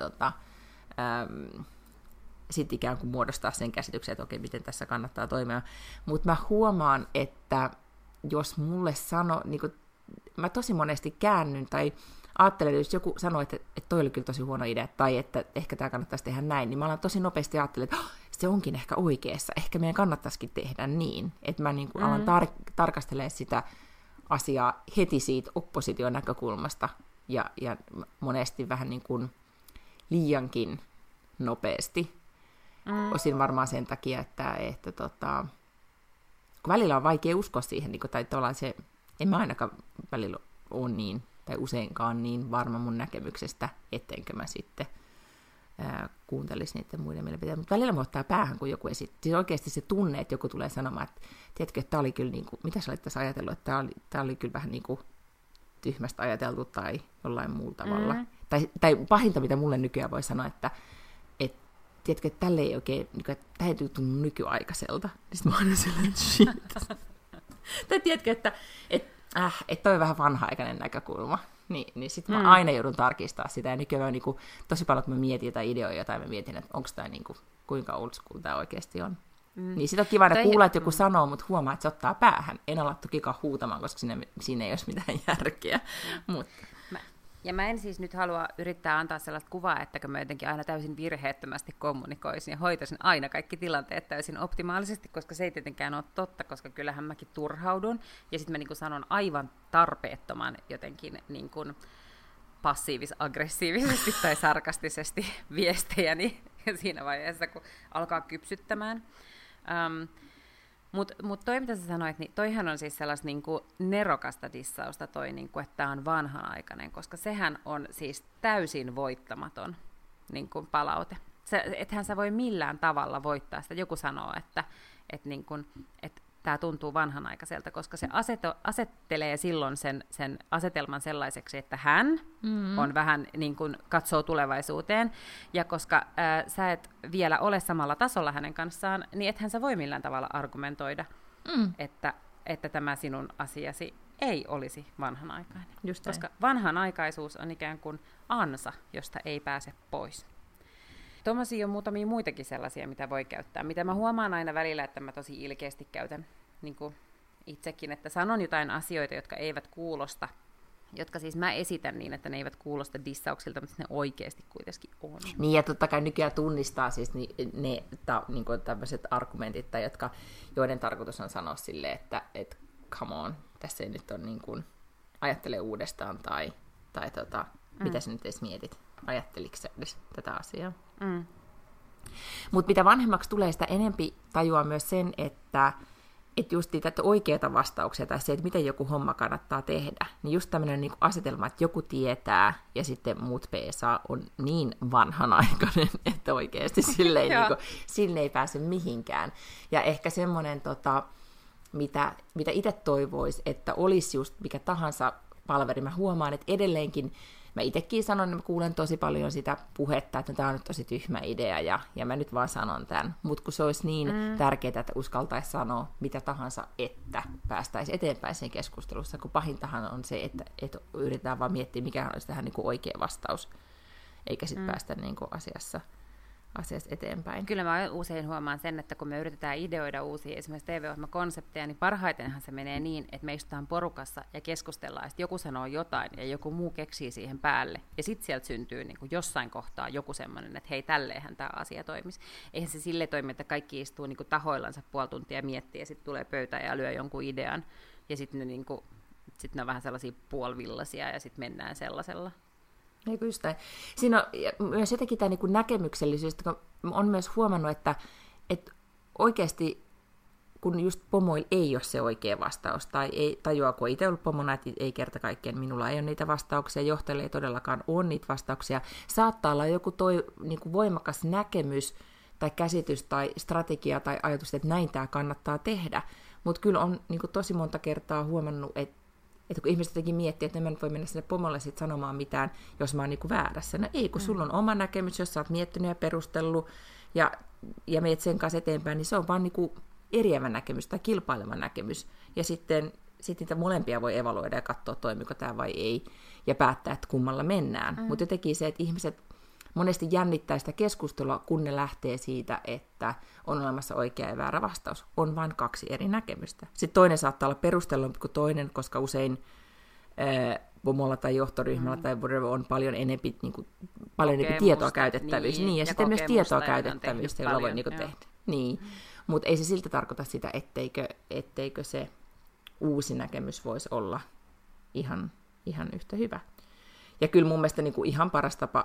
sit ikään kuin muodostaa sen käsityksen, että okei, miten tässä kannattaa toimia. Mutta mä huomaan, että jos mulle niin kuin, mä tosi monesti käännyn tai ajattelen, että jos joku sanoo, että toi oli kyllä tosi huono idea, tai että ehkä tämä kannattaisi tehdä näin, niin mä alan tosi nopeasti ajattelemaan, että se onkin ehkä oikeassa, ehkä meidän kannattaisikin tehdä niin. Että mä niin kuin alan tarkastelemaan sitä asiaa heti siitä opposition näkökulmasta, ja monesti vähän niin kuin liiankin nopeasti. Osin varmaan sen takia, että kun välillä on vaikea uskoa siihen, niin kuin, tai tavallaan se, en mä ainakaan välillä ole niin, tai useinkaan niin varma mun näkemyksestä, ettenkö mä sitten kuuntelisi niiden muiden mielipiteitä. Mutta välillä mä ottaa päähän, kun joku esittää. Siis oikeasti se tunne, että joku tulee sanomaan, että tiedätkö, että tämä oli kyllä, niin kuin, mitä sä olit tässä ajatellut, että tämä oli kyllä vähän niin kuin tyhmästä ajateltu tai jollain muulla tavalla. Tai pahinta, mitä mulle nykyään voi sanoa, että tiedätkö, että tälle ei oikein, että tämä ei tunnu nykyaikaiselta. Sitten mä oon sellainen, shit. Tai tiedätkö, että toi on vähän vanha-aikainen näkökulma. Niin sitten mä aina joudun tarkistamaan sitä. Ja nykyään mä niinku, tosi paljon, kun mä mietin jotain ideoja, tai mä mietin, että onko tämä niinku, kuinka old school tämä oikeasti on. Niin sit on kiva kuulla, että joku sanoo, mutta huomaa, että se ottaa päähän. En ala tokikaan huutamaan, koska siinä ei ole mitään järkeä. Ja mä en siis nyt halua yrittää antaa sellaista kuvaa, että mä jotenkin aina täysin virheettömästi kommunikoisin ja hoitaisin aina kaikki tilanteet täysin optimaalisesti, koska se ei tietenkään ole totta, koska kyllähän mäkin turhaudun. Ja sitten mä niin kuin sanon aivan tarpeettoman jotenkin niin kuin passiivis-aggressiivisesti tai sarkastisesti viestejäni siinä vaiheessa, kun alkaa kypsyttämään. Mutta toi, mitä sä sanoit, niin toihan on siis sellaista niinku nerokasta dissausta toi, niinku, että tämä on vanhanaikainen, koska sehän on siis täysin voittamaton niinku, palaute. Ethän sä voi millään tavalla voittaa sitä. Joku sanoo, että tämä tuntuu vanhanaikaiselta, koska se asettelee silloin sen asetelman sellaiseksi, että hän on vähän niin kuin katsoo tulevaisuuteen, ja koska sä et vielä ole samalla tasolla hänen kanssaan, niin ethän sä voi millään tavalla argumentoida, että tämä sinun asiasi ei olisi vanhanaikainen. Koska vanhanaikaisuus on ikään kuin ansa, josta ei pääse pois. Tuommoisia on muutamia muitakin sellaisia, mitä voi käyttää. Mitä mä huomaan aina välillä, että mä tosi ilkeästi käytän niin kuin itsekin, että sanon jotain asioita, jotka eivät kuulosta, jotka siis mä esitän niin, että ne eivät kuulosta dissauksilta, mutta ne oikeasti kuitenkin on. Niin, ja totta kai nykyään tunnistaa siis ne niin kuin tämmöiset argumentit, joiden tarkoitus on sanoa silleen, että come on, tässä ei nyt ole niin kuin, ajattele uudestaan, tai mitä sä nyt edes mietit, ajatteliko sä edes tätä asiaa? Mutta mitä vanhemmaksi tulee, sitä enempi tajuaa myös sen, että just tätä oikeata vastauksia tai se, että miten joku homma kannattaa tehdä, niin just tämmöinen niin asetelma, että joku tietää ja sitten muut peesaa, on niin vanhanaikainen, että oikeasti sille ei pääse mihinkään. Ja ehkä semmoinen, mitä itse toivoisi, että olisi just mikä tahansa palveri. Mä huomaan, että edelleenkin mä itsekin sanon, että mä kuulen tosi paljon sitä puhetta, että tämä on nyt tosi tyhmä idea, ja mä nyt vaan sanon tämän. Mutta kun se olisi niin tärkeää, että uskaltaisi sanoa mitä tahansa, että päästäisiin eteenpäin sen keskustelussa, kun pahintahan on se, että yritetään vaan miettiä, mikä olisi tähän niin kuin oikea vastaus, eikä sitten päästä niin kuin asiassa eteenpäin. Kyllä mä usein huomaan sen, että kun me yritetään ideoida uusia esimerkiksi TV-ohjelmakonsepteja, niin parhaitenhan se menee niin, että me istutaan porukassa ja keskustellaan, että joku sanoo jotain ja joku muu keksii siihen päälle. Ja sitten sieltä syntyy niin kuin jossain kohtaa joku semmoinen, että hei, tälleenhän tämä asia toimisi. Eihän se sille toimi, että kaikki istuu niin kuin tahoillansa puoli tuntia ja miettii ja sitten tulee pöytään ja lyö jonkun idean. Ja sitten ne, niin kuin, ne on vähän sellaisia puolivillaisia ja sitten mennään sellaisella. Eikö just näin. Siinä on myös jotenkin tämä niin näkemyksellisyys, kun on myös huomannut, että oikeasti kun just pomoilla ei ole se oikea vastaus, tai ei tajua, kun itse ollut pomona, että ei kerta kaikkiaan, minulla ei ole niitä vastauksia, johtajille ei todellakaan ole niitä vastauksia, saattaa olla joku niin kuin voimakas näkemys tai käsitys tai strategia tai ajatus, että näin tämä kannattaa tehdä, mutta kyllä on niin kuin tosi monta kertaa huomannut, että kun ihmiset jotenkin miettii, että mä nyt voi mennä sinne pomolle sit sanomaan mitään, jos mä oon niinku väärässä. No ei, kun sulla on oma näkemys, jos sä oot miettinyt ja perustellut ja meet sen kanssa eteenpäin, niin se on vaan niin kuin eriävä näkemys tai kilpaileva näkemys. Ja sitten niitä molempia voi evaluoida ja katsoa, toimiko tämä vai ei, ja päättää, että kummalla mennään. Mutta jotenkin se, että ihmiset monesti jännittää sitä keskustelua, kun ne lähtee siitä, että on olemassa oikea ja väärä vastaus. On vain 2 eri näkemystä. Sitten toinen saattaa olla perustellumpi kuin toinen, koska usein pomolla tai johtoryhmällä tai on paljon enempi, paljon enempi tietoa käytettävissä. Niin, ja sitten myös tietoa käytettävissä, jolla voi tehdä. Niin. Mutta ei se siltä tarkoita sitä, etteikö se uusi näkemys voisi olla ihan yhtä hyvä. Ja kyllä mun mielestä ihan paras tapa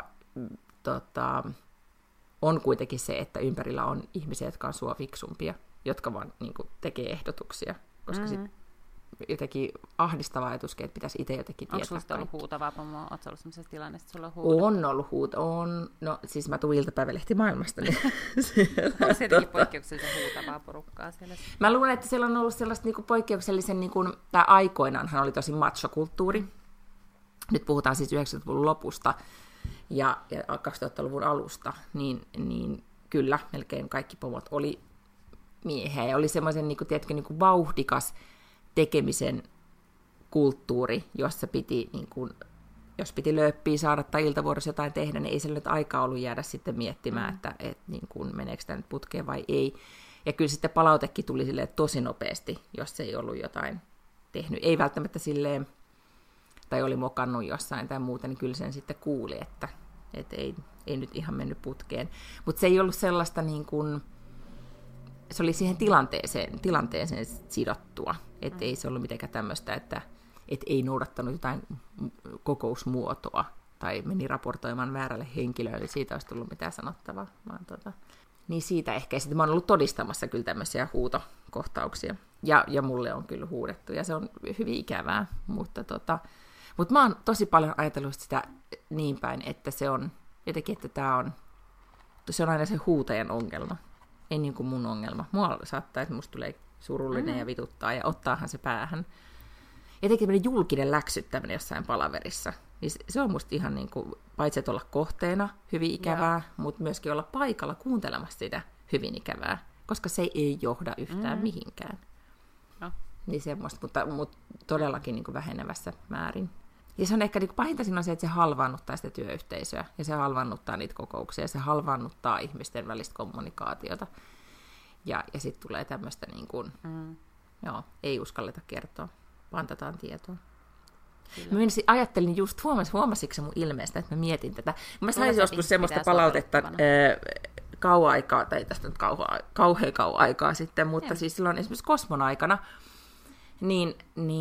on kuitenkin se, että ympärillä on ihmisiä, jotka on sua fiksumpia, jotka vaan tekee ehdotuksia, koska sitten jotenkin ahdistava ajatuskin, että pitäisi itse jotenkin tietää. Onko sinusta ollut huutavaa pomoa? Oletko ollut sellaisessa tilanteessa, että sulla on huutavaa? On ollut huutavaa. No siis mä tuun iltapäivälehtimaailmasta. Niin onko se jotenkin poikkeuksellisen huutavaa porukkaa siellä? Mä luulen, että siellä on ollut sellaista poikkeuksellisen, tai aikoinaanhan oli tosi macho-kulttuuri. Nyt puhutaan siis 90-luvun lopusta ja 2000-luvun alusta, niin kyllä melkein kaikki pomot oli miehiä. Ja oli semmoisen vauhdikas tekemisen kulttuuri, jossa piti, jos piti lööppiä saada tai iltavuorossa jotain tehdä, niin ei sillä nyt aikaa ollut jäädä sitten miettimään, että meneekö tämä nyt putkeen vai ei. Ja kyllä sitten palautekin tuli silleen tosi nopeasti, jos ei ollut jotain tehnyt. Ei välttämättä silleen, tai oli mokannut jossain tai muuta, niin kyllä sen sitten kuuli, että ei nyt ihan mennyt putkeen. Mutta se ei ollut sellaista se oli siihen tilanteeseen sidottua. Että ei se ollut mitenkään tämmöistä, että ei noudattanut jotain kokousmuotoa tai meni raportoimaan väärälle henkilölle, eli siitä olisi tullut mitään sanottavaa. Niin siitä ehkä. Ja sitten mä oon ollut todistamassa kyllä tämmöisiä huutokohtauksia. Ja mulle on kyllä huudettu, ja se on hyvin ikävää. Mutta mä oon tosi paljon ajatellut sitä niin päin, että se on jotenkin, että se on aina se huutajan ongelma. Ei niin kuin mun ongelma. Mua saattaa, että musta tulee surullinen ja vituttaa, ja ottaahan se päähän. Jotenkin tämmöinen julkinen läksyttäminen jossain palaverissa. Niin se on musta ihan paitsi että olla kohteena hyvin ikävää, mutta myöskin olla paikalla kuuntelemassa sitä hyvin ikävää, koska se ei johda yhtään mihinkään. No. Niin semmoista, mutta todellakin vähenevässä määrin. Ja se on ehkä pahinta siinä on se, että se halvaannuttaa sitä työyhteisöä, ja se halvaannuttaa niitä kokouksia, ja se halvaannuttaa ihmisten välistä kommunikaatiota. Ja sitten tulee tämmöistä, ei uskalleta kertoa, pantataan tietoa. Mä ajattelin just, huomasitko se mun ilmeestä, että mä mietin tätä. Mä sain joskus semmoista palautetta kauan aikaa, tai tästä nyt kauhean kauan aikaa sitten, mutta siis silloin esimerkiksi Kosmon aikana, niin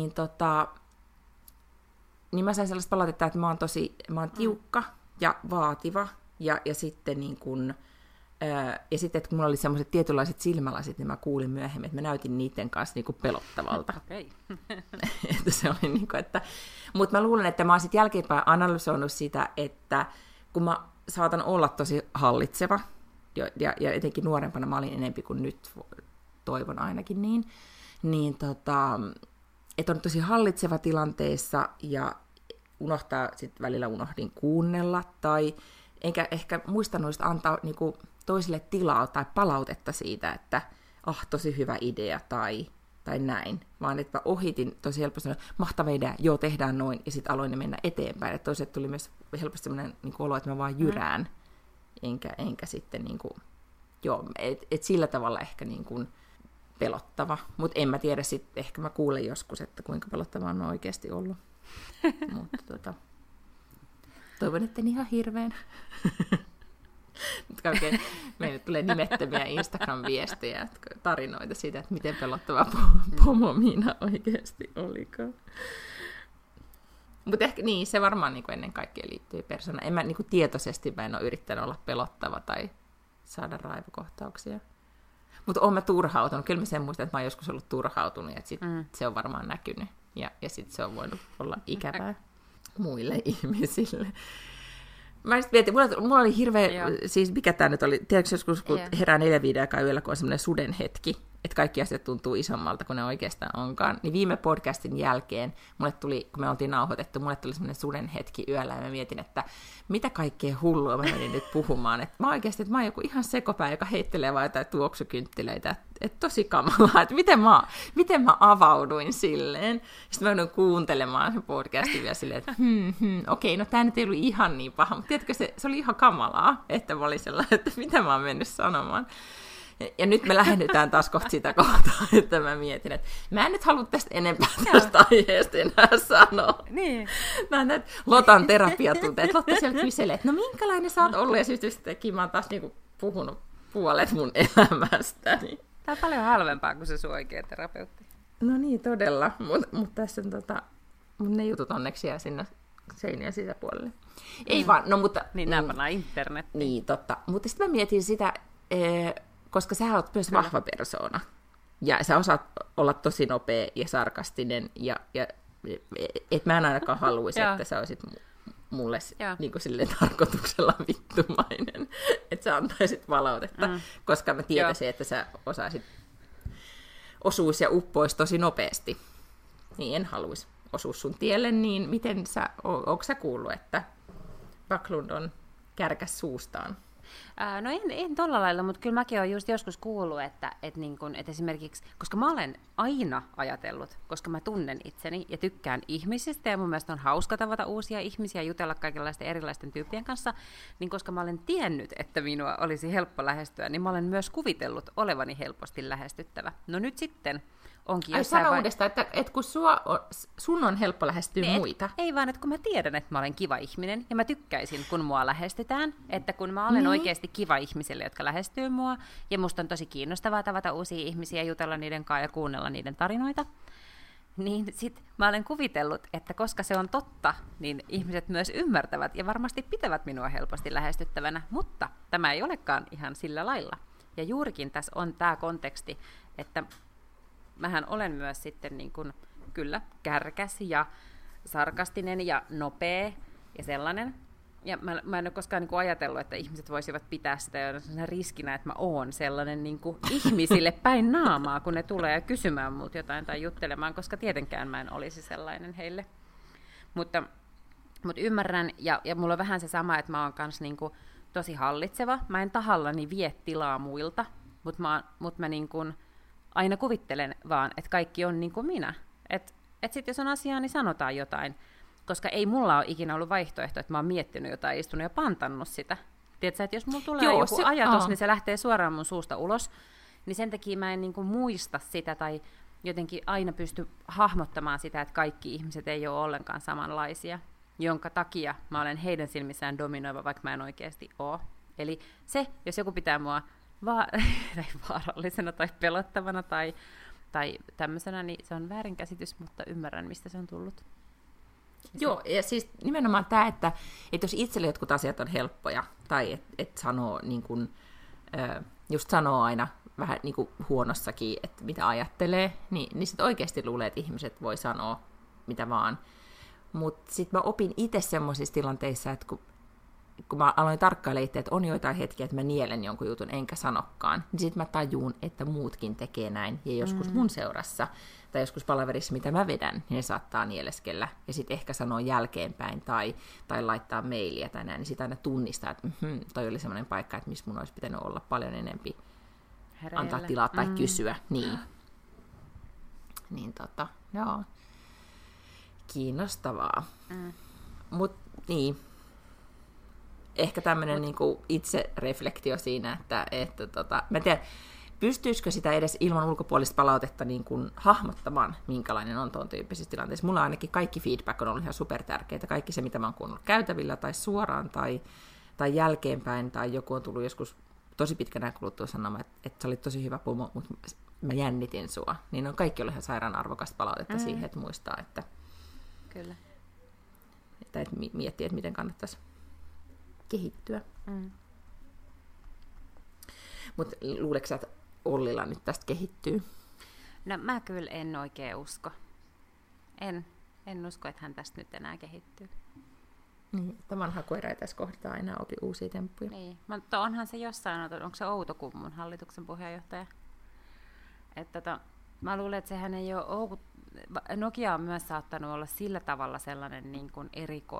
mä sain sellaista palautetta, että mä oon tiukka ja vaativa, ja sitten ja sitten, että kun mulla oli sellaiset tietynlaiset silmälasit, niin mä kuulin myöhemmin, että mä näytin niiden kanssa pelottavalta. Okei. Että se oli mutta mä luulen, että mä oon sitten jälkeenpäin analysoinut sitä, että kun mä saatan olla tosi hallitseva, ja etenkin nuorempana mä olin enemmän kuin nyt, toivon ainakin niin että on tosi hallitseva tilanteessa, ja välillä unohdin kuunnella, tai enkä ehkä muistanut antaa toisille tilaa tai palautetta siitä, että tosi hyvä idea tai näin, vaan että mä ohitin tosi helposti, mahtava idea, joo, tehdään noin, ja sitten aloin mennä eteenpäin. Että toiset tuli myös helposti sellainen olo, että mä vaan jyrään, enkä sitten että sillä tavalla ehkä pelottava. Mutta en mä tiedä, sitten ehkä mä kuulen joskus, että kuinka pelottavaa on oikeasti ollut. Mutta toivon, että ihan hirveän. Meille tulee nimettömiä Instagram-viestejä, tarinoita siitä, että miten pelottava pomo Miina oikeasti olikaan. Mutta ehkä se varmaan ennen kaikkea liittyy persoonaan. En mä tietoisesti mä en ole yrittänyt olla pelottava tai saada raivokohtauksia. Mutta oon mä turhautunut. Kyllä mä sen muistan, että mä oon joskus ollut turhautunut, ja se on varmaan näkynyt. Ja sitten se on voinut olla ikävää muille ihmisille. Mä sitten mietin, mulla oli hirveä, siis mikä tää nyt oli, tiedätkö joskus, kun herää 4-5 aikaa yöllä, kun on semmoinen suden hetki, että kaikki asiat tuntuu isommalta kuin ne oikeastaan onkaan, niin viime podcastin jälkeen mulle tuli, kun me oltiin nauhoitettu, mulle tuli semmoinen suden hetki yöllä, ja mä mietin, että mitä kaikkea hullua mä menin nyt puhumaan. Että mä oikeasti, että mä oon joku ihan sekopää, joka heittelee vaan jotain tuoksukynttilöitä. Että tosi kamalaa, että miten mä avauduin silleen. Sitten mä joudun kuuntelemaan sen podcastin vielä silleen, että okei, no tää nyt ei ollut ihan niin paha, mutta tiedätkö, se oli ihan kamalaa, että mä olin sellainen, että mitä mä oon mennyt sanomaan. Ja nyt me lähennytään taas kohta sitä kohtaa, että mä mietin, että mä en nyt halua tästä enempää tästä aiheesta enää sanoa. Niin. Mä näet Lotan terapiatunteet. Lotta siellä kyselee, että no minkälainen sä oot ollut, ja sitten mä oon taas niinku puhunut puolet mun elämästäni. Tämä on paljon halvempaa kuin se sun oikea terapeutti. No niin, todella. Mutta tässä on ne jutut onneksi jää sinne seinien sisäpuolelle. Ei vaan, no mutta... Niin nämä pannaan internettiin. Niin, totta. Mutta sitten mä mietin sitä, koska sä oot myös vahva persoona. Ja sä osaat olla tosi nopea ja sarkastinen. Ja et mä en ainakaan haluaisi, että sä olisit mulle niin kuin silleen tarkoituksella vittumainen. Että sä antaisit palautetta. Koska mä tietäisin, että sä osuis ja uppois tosi nopeasti. Niin en haluaisi osua sun tielle. Niin miten onko sä kuullut, että Backlund on kärkäs suustaan? No en tolla lailla, mutta kyllä mäkin olen just joskus kuullut, että esimerkiksi, koska mä olen aina ajatellut, koska mä tunnen itseni ja tykkään ihmisistä, ja mun mielestä on hauska tavata uusia ihmisiä, jutella kaikenlaisten erilaisten tyyppien kanssa, niin koska mä olen tiennyt, että minua olisi helppo lähestyä, niin mä olen myös kuvitellut olevani helposti lähestyttävä. No nyt sitten onkin jossain sano uudestaan, että kun sun on helppo lähestyä muita. Ei vaan, että kun mä tiedän, että mä olen kiva ihminen, ja mä tykkäisin, kun mua lähestytään, että kun mä olen oikeasti kiva ihmisille, jotka lähestyy mua, ja musta on tosi kiinnostavaa tavata uusia ihmisiä, jutella niiden kanssa ja kuunnella niiden tarinoita, niin sit mä olen kuvitellut, että koska se on totta, niin ihmiset myös ymmärtävät ja varmasti pitävät minua helposti lähestyttävänä, mutta tämä ei olekaan ihan sillä lailla. Ja juurikin tässä on tämä konteksti, että mähän olen myös sitten niin kuin, kyllä kärkäs ja sarkastinen ja nopea ja sellainen. Ja mä en ole koskaan niin kuin ajatellut, että ihmiset voisivat pitää sitä jo riskinä, että mä oon sellainen niin kuin ihmisille päin naamaa, kun ne tulee kysymään mut jotain tai juttelemaan, koska tietenkään mä en olisi sellainen heille. Mutta ymmärrän, ja mulla on vähän se sama, että mä oon kanssa niin kuin tosi hallitseva. Mä en tahallani vie tilaa muilta, mutta mä niin kuin aina kuvittelen vaan, että kaikki on niin kuin minä. Että sitten jos on asiaa, niin sanotaan jotain. Koska ei mulla ole ikinä ollut vaihtoehto, että mä oon miettinyt jotain, istunut ja pantannut sitä. Tiedätkö, että jos mulla tulee joku ajatus, niin se lähtee suoraan mun suusta ulos. Niin sen takia mä en niin kuin muista sitä tai jotenkin aina pysty hahmottamaan sitä, että kaikki ihmiset ei ole ollenkaan samanlaisia. Jonka takia mä olen heidän silmissään dominoiva, vaikka mä en oikeasti ole. Eli se, jos joku pitää mua vaarallisena tai pelottavana tai tämmöisenä, niin se on väärinkäsitys, mutta ymmärrän, mistä se on tullut. Joo, ja siis nimenomaan tämä, että jos itselle jotkut asiat on helppoja, tai et sanoo, niin kun, just sanoo aina vähän niin kuin huonossakin, että mitä ajattelee, niin sitten oikeasti luulee, että ihmiset voi sanoa mitä vaan. Mutta sitten mä opin itse semmoisissa tilanteissa, että kun mä aloin tarkkailemaan itse, että on joitain hetkiä, että mä nielen jonkun jutun enkä sanokaan, niin sitten mä tajuun, että muutkin tekee näin. Ja joskus mun seurassa tai joskus palaverissa, mitä mä vedän, niin ne saattaa nieleskellä. Ja sitten ehkä sanoo jälkeenpäin tai laittaa mailia tai näin, niin sitten aina tunnistaa, että toi oli semmoinen paikka, että missä mun olisi pitänyt olla paljon enempi antaa tilaa tai kysyä. Niin joo. Kiinnostavaa. Mut niin. Ehkä tämmöinen niinku itsereflektio siinä, että mä en tiedä, pystyisikö sitä edes ilman ulkopuolista palautetta niin kuin hahmottamaan, minkälainen on tuon tyyppisissä tilanteissa. Mulla ainakin kaikki feedback on ollut ihan supertärkeää. Kaikki se, mitä mä oon kuunnellut käytävillä tai suoraan tai jälkeenpäin, tai joku on tullut joskus tosi pitkänä kuluttua sanomaan, että sä olit tosi hyvä pumu, mutta mä jännitin sua. Niin on kaikki ollut ihan sairaan arvokasta palautetta siihen, että muistaa, että kyllä. Että miettii, että miten kannattaisi kehittyä. Mutta luuleeko sä, että Ollila nyt tästä kehittyy? No mä kyllä en oikein usko. En usko, että hän tästä nyt enää kehittyy. Niin, että vanha koira ei tässä kohtaa aina opi uusia temppuja. Niin, mutta onhan se jossain, onko se Outokummun hallituksen puheenjohtaja? Mä luulen, että sehän ei ole Nokia on myös saattanut olla sillä tavalla sellainen niin kuin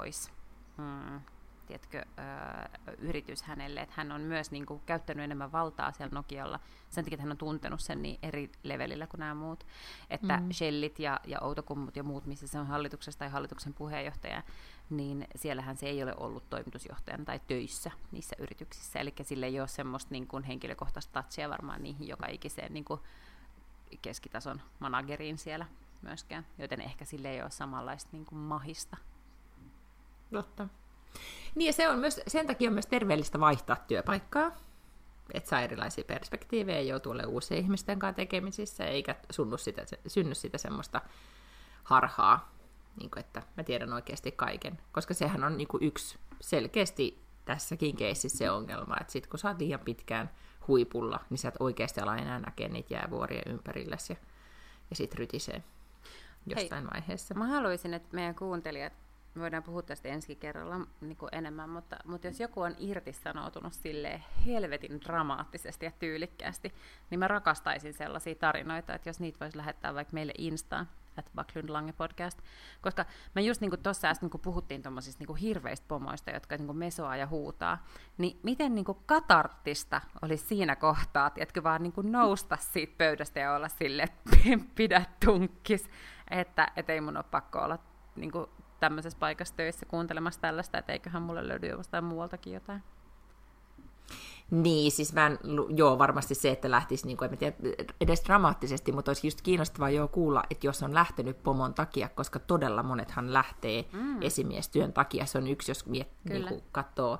yritys hänelle, että hän on myös niin kuin käyttänyt enemmän valtaa siellä Nokialla, sen takia, että hän on tuntenut sen niin eri levelillä kuin nämä muut, että Shellit ja Outokummut ja muut, missä se on hallituksessa tai hallituksen puheenjohtaja, niin siellähän se ei ole ollut toimitusjohtajana tai töissä niissä yrityksissä, eli sillä ei ole semmoista niin kuin henkilökohtaista touchia varmaan niihin joka ikiseen niin kuin keskitason manageriin siellä myöskään, joten ehkä sille ei ole samanlaista niin kuin mahista. Totta. Niin ja se on myös, sen takia on myös terveellistä vaihtaa työpaikkaa, että saa erilaisia perspektiivejä ja joutuu olemaan uusien ihmisten kanssa tekemisissä, eikä synny sitä semmoista harhaa, niin kuin, että mä tiedän oikeasti kaiken. Koska sehän on niin kuin yksi selkeästi tässäkin keississä se ongelma, että sit kun sä oot liian pitkään huipulla, niin sä et oikeasti ala enää näkee niitä jäävuoria ympärilläsi ja sit rytisee jostain vaiheessa. Mä haluaisin, että meidän kuuntelijat, me voidaan puhua tästä ensi kerralla niin kuin enemmän, mutta jos joku on irtisanoutunut silleen helvetin dramaattisesti ja tyylikkäästi, niin mä rakastaisin sellaisia tarinoita, että jos niitä voisi lähettää vaikka meille Instaan, @Backlund Lange podcast, koska mä just niin kuin tuossa äsken, kun puhuttiin tuommoisista niin kuin hirveistä pomoista, jotka niin kuin mesoaa ja huutaa, niin miten niin kuin katarttista olisi siinä kohtaa, tiedätkö, vaan niin kuin nousta siitä pöydästä ja olla silleen, että pidä tunkkis, että ei mun ole pakko olla niin kuin tämmöisessä paikassa töissä kuuntelemassa tällaista, että eiköhän mulle löydy jostain muualtakin jotain. Niin, siis varmasti se, että lähtisi, niin kuin, en tiedä, edes dramaattisesti, mutta olisi just kiinnostavaa kuulla, että jos on lähtenyt pomon takia, koska todella monethan lähtee esimiestyön takia, se on yksi, jos niin katsoo,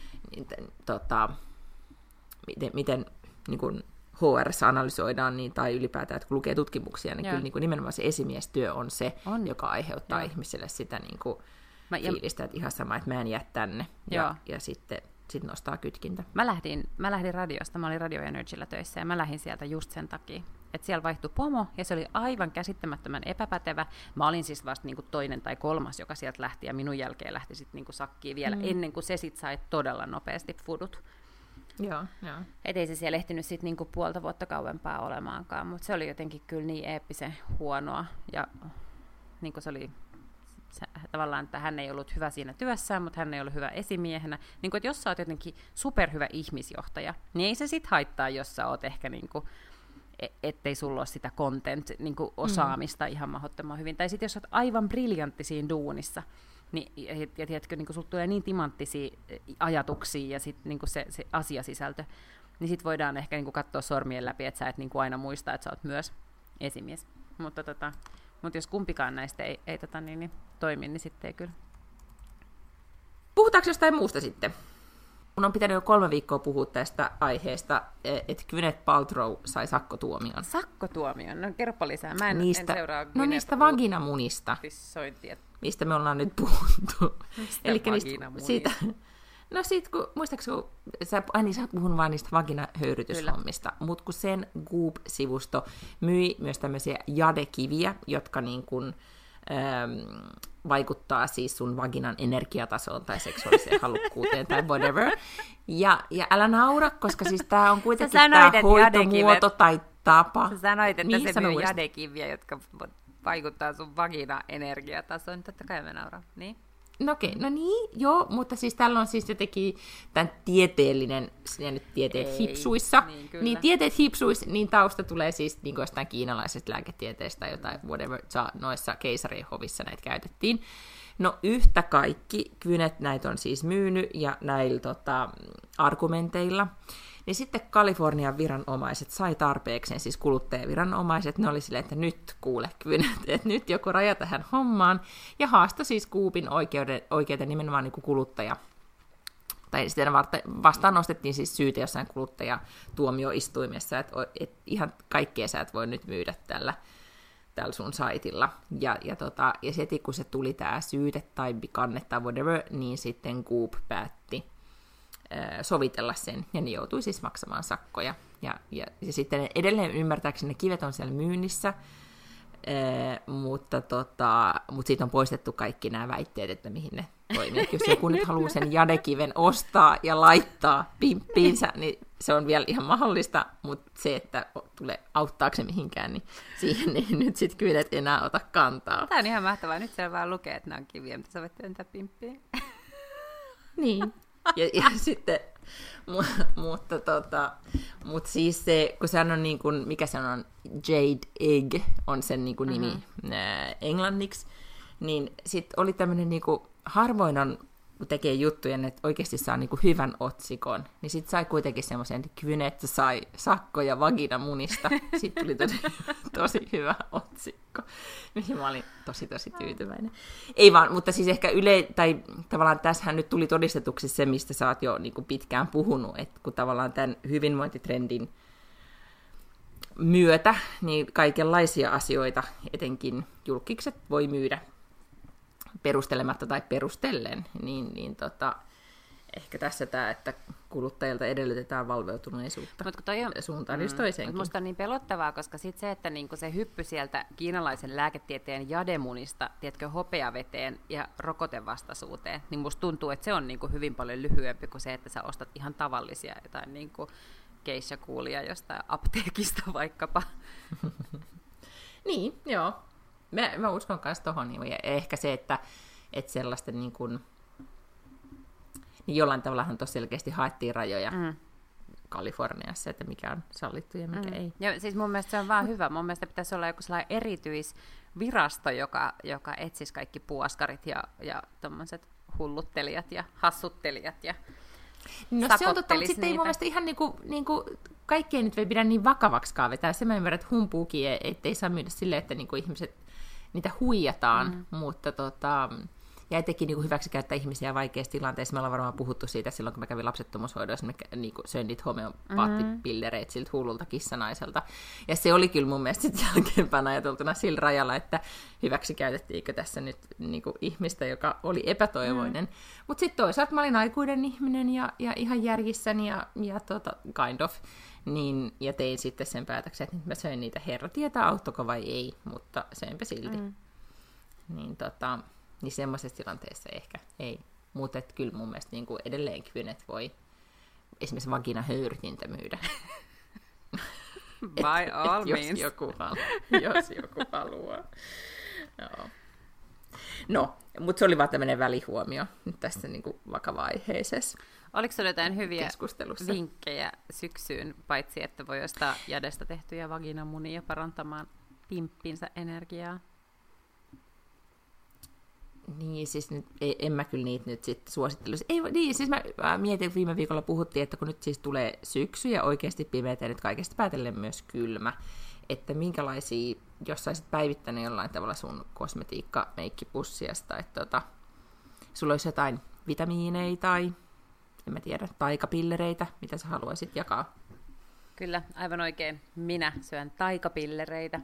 miten niin kuin HR:ssä analysoidaan, niin, tai ylipäätään, että kun lukee tutkimuksia, niin kyllä niin kuin nimenomaan se esimiestyö on se, joka aiheuttaa ihmiselle sitä niin kuin fiilistä, että ihan sama, että mä en jää tänne, ja sitten nostaa kytkintä. Mä lähdin radiosta, mä olin Radio Energyllä töissä, ja mä lähdin sieltä just sen takia, että siellä vaihtui pomo, ja se oli aivan käsittämättömän epäpätevä. Mä olin siis vasta niin kuin toinen tai kolmas, joka sieltä lähti, ja minun jälkeen lähti sitten niin kuin sakkiin vielä, ennen kuin se sitten sai todella nopeasti fudut. Joo. Et ei se siellä ehtinyt sitten niinku puolta vuotta kauempaa olemaankaan, mutta se oli jotenkin kyllä niin eeppisen huonoa. Ja niinku se oli tavallaan, että hän ei ollut hyvä siinä työssään, mutta hän ei ollut hyvä esimiehenä. Niinku, että jos sä oot jotenkin superhyvä ihmisjohtaja, niin ei se sit haittaa, jos sä oot ehkä niinku, ettei sulla ole sitä content-osaamista ihan mahdottoman hyvin. Tai sitten jos sä oot aivan briljantti siinä duunissa, niin, ja tiedätkö, niin sulla tulee niin timanttisia ajatuksia ja sit, niin se asiasisältö, niin sit voidaan ehkä niin katsoa sormien läpi, että sä et niin aina muista, että sä oot myös esimies. Mutta jos kumpikaan näistä ei toimi, niin sitten ei kyllä. Puhutaanko jostain muusta sitten? Mun on pitänyt jo 3 viikkoa puhua tästä aiheesta, että Gwyneth Paltrow sai sakkotuomion. Sakkotuomion? No kerropa lisää. Mä en seuraa Gwyneth. No niistä vaginamunista, mistä me ollaan nyt puhuttu. Mistä vaginamunista? Muistaakseni, sä puhun vain niistä vaginahöyrytyshommista, mutta kun sen Goop-sivusto myi myös tämmöisiä jadekiviä, jotka niin kuin, vaikuttaa siis sun vaginan energiatasoon tai seksuaaliseen halukkuuteen tai whatever. Ja älä naura, koska siis tää on kuitenkin tää hoitomuoto tai tapa. Sä sanoit, että se myy jadekiviä, jotka vaikuttaa sun vaginan energiatasoon. Totta kai mä nauran. Niin? No okei, no niin, joo, mutta siis tällä on siis jotenkin tämän tieteellinen, nyt tieteet hipsuissa, niin tieteet hipsuissa, niin tausta tulee siis niin jostain kiinalaisesta lääketieteestä, jotain whatever, noissa keisarien hovissa näitä käytettiin. No yhtä kaikki, Gwyneth näitä on siis myynyt ja näillä argumenteilla. Niin sitten Kalifornian viranomaiset sai tarpeekseen, siis kuluttajaviranomaiset, ne oli silleen, että nyt kuule Gwyneth, että nyt joku raja tähän hommaan, ja haastoi siis Goopin oikeuden nimenomaan niin kuin kuluttaja. Tai sitten vastaan nostettiin siis syytä jossain kuluttajatuomioistuimessa, että ihan kaikkea sä et voi nyt myydä tällä sun saitilla. Ja heti kun se tuli tämä syyte tai kanne tai whatever, niin sitten Goop päätti sovitella sen, ja ne joutui siis maksamaan sakkoja. Ja sitten edelleen ymmärtääkseni ne kivet on siellä myynnissä, mutta siitä on poistettu kaikki nämä väitteet, että mihin ne toimii. Jos joku nyt haluaa sen jadekiven ostaa ja laittaa pimppiinsä, niin se on vielä ihan mahdollista, mutta se, että tulee auttaako se mihinkään, niin siihen ei nyt sitten kyydet enää ota kantaa. Tämä on ihan mahtavaa. Nyt siellä vaan lukee, että nämä on kiviä, mitä sä voit työntää pimppiin. Niin. Ja sitten, mutta siis se, kun sehän on niin kuin, mikä se on, Jade Egg on sen niin kuin nimi englanniksi, niin sitten oli tämmöinen, niin kuin, harvoin on, kun tekee juttuja, että oikeasti saa niin kuin hyvän otsikon, niin sitten sai kuitenkin semmoisen, että Kynettä sai sakkoja vaginamunista. Sitten tuli tosi hyvä otsikko, mihin mä olin tosi tyytyväinen. Ei vaan, mutta siis ehkä tai tavallaan tässähän nyt tuli todistetuksi se, mistä sä oot jo niin kuin pitkään puhunut, että kun tavallaan tämän hyvinvointitrendin myötä, niin kaikenlaisia asioita, etenkin julkikset, voi myydä perustelematta tai perustellen, niin ehkä tässä tämä, että kuluttajilta edellytetään valveutuneisuutta suuntaan jos toiseenkin. Musta on niin pelottavaa, koska sit se, että niinku se hyppy sieltä kiinalaisen lääketieteen jademunista, tiedätkö, hopeaveteen ja rokotevastaisuuteen, niin musta tuntuu, että se on niinku hyvin paljon lyhyempi kuin se, että sä ostat ihan tavallisia jotain niinku geisha-kuulia jostain apteekista vaikkapa. Niin, joo. Mä uskon myös tuohon, ja ehkä se, että sellaisten niin kuin, niin jollain tavallahan tosi selkeästi haettiin rajoja Kaliforniassa, että mikä on sallittu ja mikä ei. Ja siis mun mielestä se on vaan hyvä. Mun mielestä pitäisi olla joku sellainen erityisvirasto, joka etsisi kaikki puoskarit ja tommoset hulluttelijat ja hassuttelijat ja no se on totta, mutta sitten ei mun mielestä ihan niinku kaikkea nyt ei pidä niin vakavaksikaan vetää. Se mä ymmärrän, että humpuukin, ettei saa myydä silleen, että niinku ihmiset, niitä huijataan, mutta ja etenkin niinku hyväksi käyttää ihmisiä vaikeissa tilanteissa. Me ollaan varmaan puhuttu siitä silloin, kun mä kävin lapsettomuushoidossa, me niinku söin niitä homeopaattipillereitä siltä hullulta kissanaiselta. Ja se oli kyllä mun mielestä sitten jälkeenpäin ajateltuna sillä rajalla, että hyväksi käytettiinkö tässä nyt niinku ihmistä, joka oli epätoivoinen. Mutta sitten toisaalta mä olin aikuinen ihminen ja ihan järjissäni ja kind of. Niin, ja tein sitten sen päätöksen, että nyt mä söin niitä, herra tietää, auttoko vai ei, mutta söinpä silti. Niin semmoisessa tilanteessa ehkä ei. Mutta kyllä mun mielestä niin kuin edelleen Kynnet voi esimerkiksi vaginahöyrytintä myydä. By all means. Jos joku haluaa. No, mutta se oli vaan tämmöinen välihuomio nyt tässä niin kuin vakava-aiheisessa. Oliko sinulla jotain hyviä vinkkejä syksyyn, paitsi että voi ostaa jadesta tehtyjä vaginamunia parantamaan pimppinsä energiaa? Niin, siis nyt, en mä kyllä niitä nyt sitten suosittelisi. Ei, niin, siis mä mietin, että viime viikolla puhuttiin, että kun nyt siis tulee syksy ja oikeasti pimeätä ja nyt kaikesta päätellen myös kylmä, että minkälaisia, jos saisit päivittänyt jollain tavalla sun kosmetiikka-meikkipussiasta, että sulla olisi jotain vitamiineja tai, en mä tiedä, taikapillereitä, mitä sä haluaisit jakaa? Kyllä, aivan oikein. Minä syön taikapillereitä.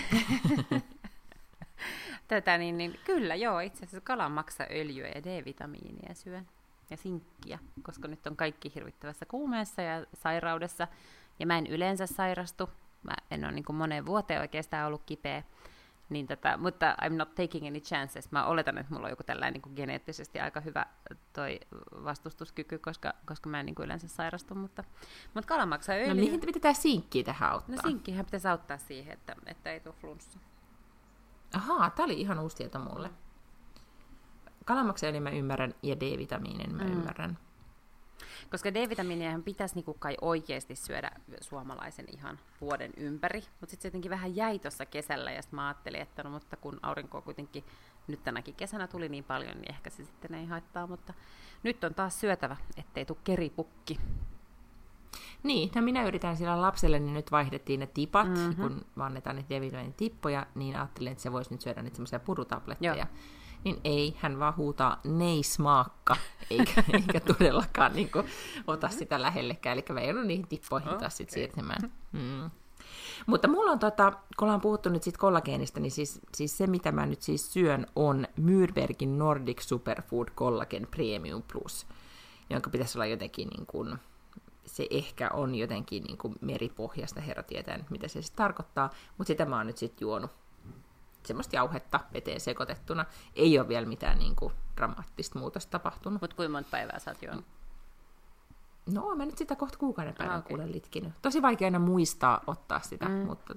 Kyllä, joo, itse asiassa kalanmaksaöljyä ja D-vitamiinia syön ja sinkkiä, koska nyt on kaikki hirvittävässä kuumeessa ja sairaudessa, ja mä en yleensä sairastu, mä en ole niin kuin moneen vuoteen oikeastaan ollut kipeä, niin mutta I'm not taking any chances. Mä oletan, että mulla on joku tällainen niin kuin geneettisesti aika hyvä toi vastustuskyky, koska mä en niin kuin yleensä sairastu, mutta kalanmaksaöljy... No mihin pitää sinkkiä tähän auttaa? No sinkkihän pitäisi auttaa siihen, että ei tule flunssa. Ahaa, tää oli ihan uusi tieto mulle. Kalanmaksaöljyn mä ymmärrän ja D-vitamiinin mä ymmärrän. Koska D-vitamiiniahan pitäisi niinku kai oikeasti syödä suomalaisen ihan vuoden ympäri, mutta sitten se jotenkin vähän jäi tuossa kesällä, ja sitten mä ajattelin, että no, mutta kun aurinkoa kuitenkin nyt tänäkin kesänä tuli niin paljon, niin ehkä se sitten ei haittaa, mutta nyt on taas syötävä, ettei tule keripukki. Niin, no minä yritän sillä lapselle, niin nyt vaihdettiin ne tipat, kun annetaan ne D-vitamiinin tippoja, niin ajattelin, että se voisi nyt syödä niitä semmoisia purutabletteja. Joo. Niin ei, hän vaan huutaa neismaakka, eikä todellakaan niin kuin, ota sitä lähellekään, eli mä joudun niihin tippoihin taas sit siirtymään. Mutta mulla on, kun ollaan puhuttu nyt sit kollageenista, niin siis se, mitä mä nyt siis syön, on Myrbergin Nordic Superfood Collagen Premium Plus, jonka pitäisi olla jotenkin, niin kuin, se ehkä on jotenkin niin kuin meripohjasta, herra tietää nyt, mitä se siis tarkoittaa, mutta sitä mä oon nyt sitten juonut. Semmoista jauhetta veteen sekoitettuna. Ei ole vielä mitään niin kuin dramaattista muutosta tapahtunut. Mutta kuinka monta päivää sä oot juonut? No, mä nyt sitä kohta kuukauden päivän kuulen litkinyt. Tosi vaikea aina muistaa ottaa sitä, mutta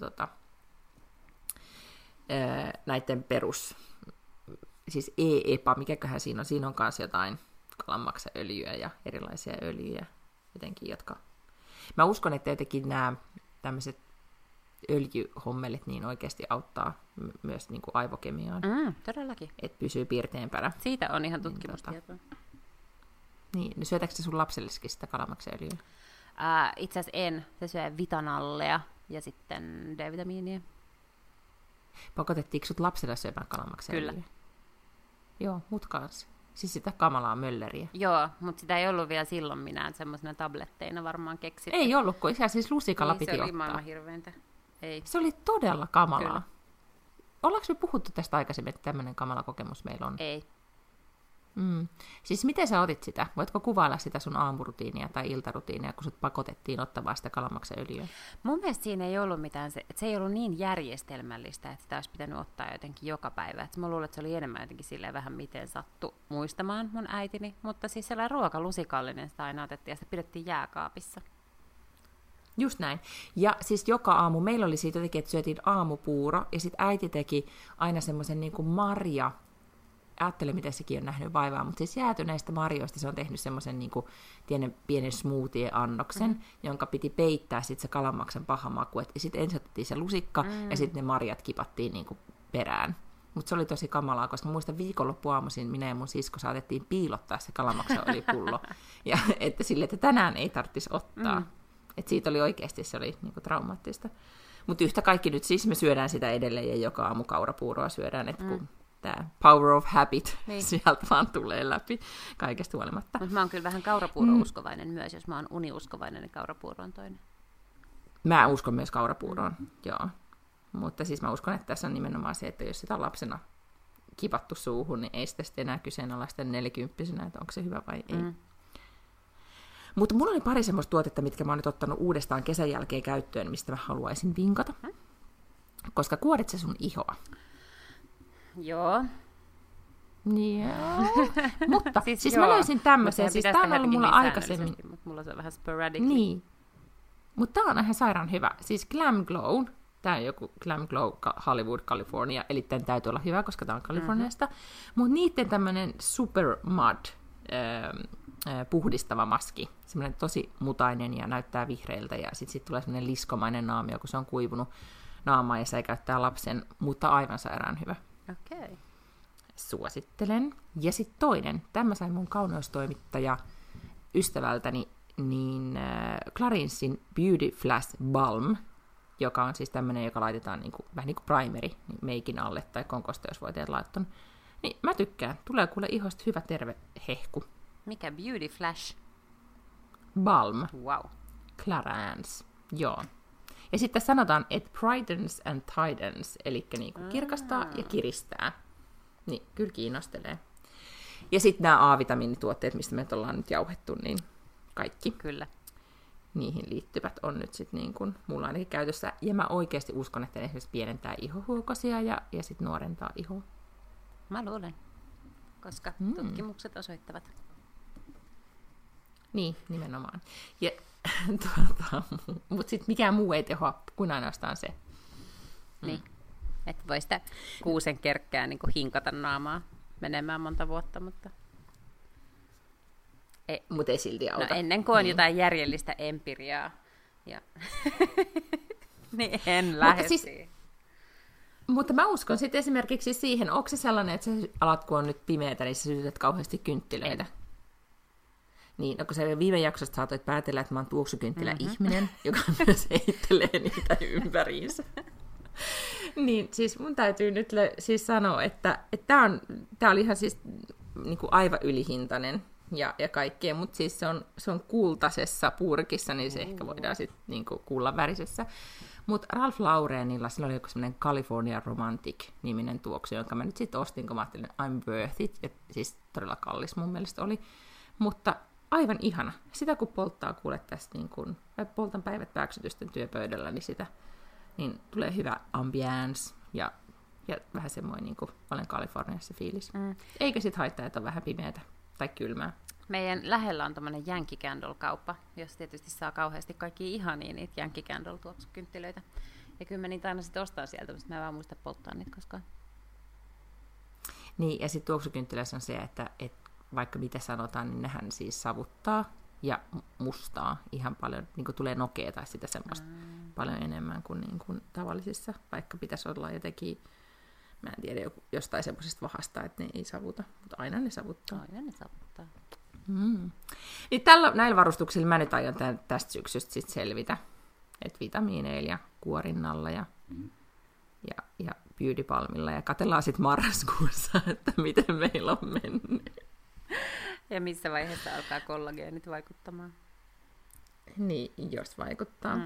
näiden perus, siis EPA, mikäköhän siinä on? Siinä on kanssa jotain kalanmaksaöljyä ja erilaisia öljyjä jotenkin, jotka... Mä uskon, että jotenkin nämä tämmöiset öljyhommelit niin oikeasti auttaa myös niin kuin aivokemiaan. Todellakin. Että pysyy pirteämpänä. Siitä on ihan tutkimustietoa. Niin, syötäkö se sun lapsellekin sitä kalanmaksaöljyä? Itse asiassa en. Se syö vitanalleja ja sitten D-vitamiinia. Pakotettiinko sut lapsella syömään kalanmaksaöljyä? Kyllä. Joo, mut kanssa. Siis sitä kamalaa mölleriä. Joo, mutta sitä ei ollut vielä silloin minä semmoisena tabletteina varmaan keksitty. Ei ollut, kun ihan siis lusikalla niin, piti se oli ottaa. maailman hirveintä. Ei. Se oli todella kamalaa. Kyllä. Ollaanko me puhuttu tästä aikaisemmin, että tämmöinen kamala kokemus meillä on? Ei. Siis miten sä otit sitä? Voitko kuvailla sitä sun aamurutiinia tai iltarutiinia, kun sut pakotettiin ottamaan sitä kalanmaksaöljyä? Mun mielestä siinä ei ollut mitään, se ei ollut niin järjestelmällistä, että sitä olisi pitänyt ottaa jotenkin joka päivä. Et mä luulen, että se oli enemmän jotenkin silleen vähän miten sattu muistamaan mun äitini, mutta siis sellainen ruokalusikallinen sitä aina otettiin ja sitä pidettiin jääkaapissa. Just näin. Ja siis joka aamu, meillä oli siitä jotenkin, että syötiin aamupuuro, ja sitten äiti teki aina semmoisen niin kuin marja, ajattele, miten sekin on nähnyt vaivaa, mutta siis jäätyneistä marjoista se on tehnyt semmoisen niin kuin pienen smoothie-annoksen, jonka piti peittää sitten se kalanmaksan paha maku. Ja sitten ensin otettiin se lusikka, ja sitten ne marjat kipattiin niin kuin perään. Mutta se oli tosi kamalaa, koska muistan viikonloppuaamuisin minä ja mun sisko saatettiin piilottaa se kalanmaksaöljypullo, ja että sille, että tänään ei tarvitsisi ottaa. Että siitä oli oikeasti, se oli niinku traumaattista. Mutta yhtä kaikki nyt siis me syödään sitä edelleen ja joka aamu kaurapuuroa syödään, että kun tämä power of habit sieltä vaan tulee läpi kaikesta huolimatta. Mutta mä oon kyllä vähän kaurapuuro-uskovainen myös, jos mä oon uniuskovainen, niin kaurapuuro on toinen. Mä uskon myös kaurapuuroon, joo. Mutta siis mä uskon, että tässä on nimenomaan se, että jos sitä on lapsena kipattu suuhun, niin ei sitä sitten enää kyseenalaista 40-vuotiaana, että onko se hyvä vai ei. Mutta mulla oli pari semmoista tuotetta, mitkä mä oon nyt ottanut uudestaan kesän jälkeen käyttöön, mistä mä haluaisin vinkata. Koska kuoret se sun ihoa. Joo. Joo. Mutta siis mä löysin tämmöisen. Siis tää on ollut mulla aikaisemmin. Mutta mulla se on vähän sporadic. Niin. Mutta tää on ihan sairaan hyvä. Siis Glam Glow. Tää on joku Glam Glow Hollywood, California. Eli tän täytyy olla hyvä, koska tää on Kaliforniasta. Mutta niitten tämmönen Super Mud puhdistava maski. Semmoinen tosi mutainen ja näyttää vihreältä. Ja sitten tulee semmoinen liskomainen naamio, kun se on kuivunut naamaan ja se käyttää lapsen, mutta aivan sairaan hyvä. Okei. Suosittelen. Ja sitten toinen. Tämä sain mun kauneustoimittaja ystävältäni, niin Clarincen Beauty Flash Balm, joka on siis tämmöinen, joka laitetaan vähän niin kuin primeri niin meikin alle tai konkosteusvoiteet laittanut. Niin mä tykkään. Tulee kuule ihosta hyvä terve hehku. Mikä Beauty Flash? Balm. Wow. Clarins. Joo. Ja sitten sanotaan, että brightens and tightens, eli niinku kirkastaa ja kiristää. Niin, kyllä kiinnostelee. Ja sitten nämä A-vitamiinituotteet, mistä me ollaan nyt jauhettu, niin kaikki. Kyllä. Niihin liittyvät on nyt sitten niin kuin mulla ainakin käytössä. Ja mä oikeasti uskon, että ne esimerkiksi pienentää ihohuokosia ja sitten nuorentaa ihoa. Mä luulen, koska tutkimukset osoittavat. Niin, nimenomaan. Mutta sitten mikään muu ei tehoa kuin ainoastaan se. Niin, että voi sitä kuusen kerkkää niin kuin hinkata naamaa menemään monta vuotta, mutta... Mutta ei silti auta. No ennen kuin on jotain järjellistä empiriaa. Ja... niin en lähde siihen. Mutta mä uskon sitten esimerkiksi siihen, onko se sellainen, että sä alat, kun on nyt pimeätä, niin sä sytytät kauheasti kynttilöitä. Niin, no kun sä viime jaksosta saatoit päätellä, että mä oon tuoksukynttilä-ihminen, joka myös heittelee niitä ympäriinsä. Niin, siis mun täytyy nyt siis sanoa, että tää oli ihan siis niinku aivan ylihintainen ja kaikkea, mutta siis se on kultaisessa purkissa, niin se ehkä voidaan sitten niinku kullan värisessä. Mutta Ralph Laurenilla sillä oli joku semmoinen California Romantic-niminen tuoksu, jonka mä nyt sitten ostin, kun mä ajattelin, I'm worth it, ja siis todella kallis mun mielestä oli. Mutta aivan ihana. Sitä kun polttaa kuule tästä, niin kun poltan päivät pääksytysten työpöydällä, niin sitä niin tulee hyvä ambiance ja vähän semmoinen, niin kuin olen Kaliforniassa fiilis. Eikä sit haittaa, että on vähän pimeätä tai kylmää. Meidän lähellä on tommonen Yankee Candle-kauppa, jossa tietysti saa kauheasti kaikkia ihania niitä Yankee Candle-tuoksukynttilöitä. Ja kyllä mä niitä aina sitten ostaa sieltä, mutta mä en vaan muista polttaa niitä koskaan. Niin, ja sitten tuoksukynttilässä on se, että vaikka mitä sanotaan, niin nehän siis savuttaa ja mustaa ihan paljon, niin kuin tulee nokea tai sitä semmoista paljon enemmän kuin, niin kuin tavallisissa, vaikka pitäisi olla jotenkin, mä en tiedä, jostain semmoisesta vahasta, että ne ei savuta, mutta aina ne savuttaa. Aina ne savuttaa. Niin näillä varustuksilla mä nyt aion tästä syksystä sit selvitä, että vitamiineilla ja kuorinnalla ja Beauty Balmilla, ja katsellaan sitten marraskuussa, että miten meillä on mennyt. Ja missä vaiheessa alkaa kollageenit vaikuttamaan? Niin, jos vaikuttaa.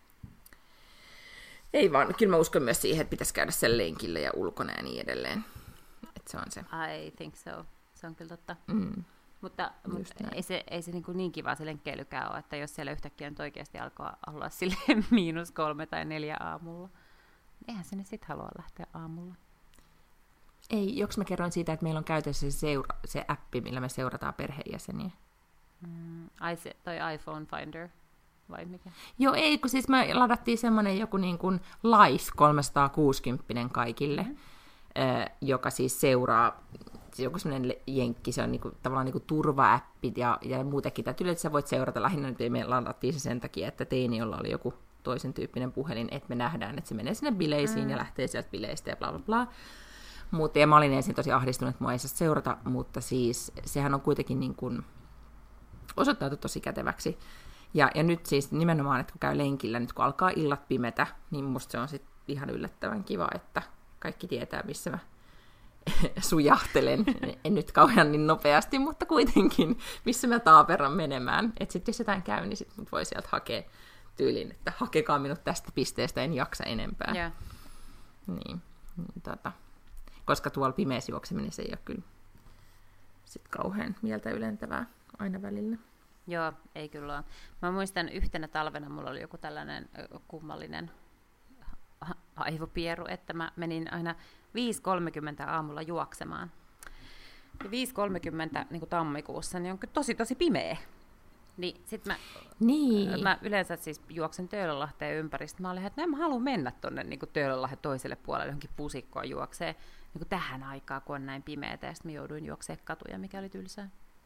Ei vaan, kyllä mä uskon myös siihen, että pitäisi käydä sen lenkillä ja ulkona ja niin edelleen. Että se on se. I think so. Se on kyllä totta. Mutta ei se niin kiva se lenkkeilykään ole, että jos siellä yhtäkkiä nyt oikeasti alkaa olla silleen -3 tai 4 aamulla. Eihän sinne sitten halua lähteä aamulla. Ei, joks mä kerroin siitä, että meillä on käytössä se appi, millä me seurataan perheenjäseniä. Toi iPhone Finder, vai mikä? Joo, ei, kun siis me ladattiin semmoinen joku niin kuin Life 360 kaikille, joka siis seuraa, joku semmoinen jenkki, se on niinku, tavallaan niinku turva-appi ja muutenkin. Yleensä sä voit seurata, lähinnä nyt me ladattiin se sen takia, että teini, jolla oli joku toisen tyyppinen puhelin, että me nähdään, että se menee sinne bileisiin ja lähtee sieltä bileistä ja bla bla bla. Mutta ja mä olin ensin tosi ahdistunut, että mua ei saa seurata, mutta siis sehän on kuitenkin niin kuin osoittautu tosi käteväksi. Ja nyt siis nimenomaan, että kun käy lenkillä, nyt kun alkaa illat pimetä, niin musta se on sitten ihan yllättävän kiva, että kaikki tietää, missä mä sujahtelen. En nyt kauhean niin nopeasti, mutta kuitenkin, missä mä taaperan menemään. Että sitten jos jotain käy, niin sit mut voi sieltä hakea tyylin, että hakekaa minut tästä pisteestä, en jaksa enempää. Yeah. Niin, koska tuolla pimeässä juokseminen se ei ole kyllä sit kauhean mieltä ylentävää aina välillä. Joo, ei kyllä ole. Mä muistan yhtenä talvena mulla oli joku tällainen kummallinen aivopieru, että mä menin aina 5.30 aamulla juoksemaan. Ja 5.30 niin kuin tammikuussa niin on kyllä tosi pimeä. Niin sit mä yleensä siis juoksen Töölönlahteen ympäri. Sitten mä olin, että mä haluan mennä tonne niin Töölönlahden toiselle puolelle johonkin pusikkoon juokseen niin tähän aikaan, kun on näin pimeätä. Ja sitten mä jouduin juoksemaan katuja, mikä oli tylsää.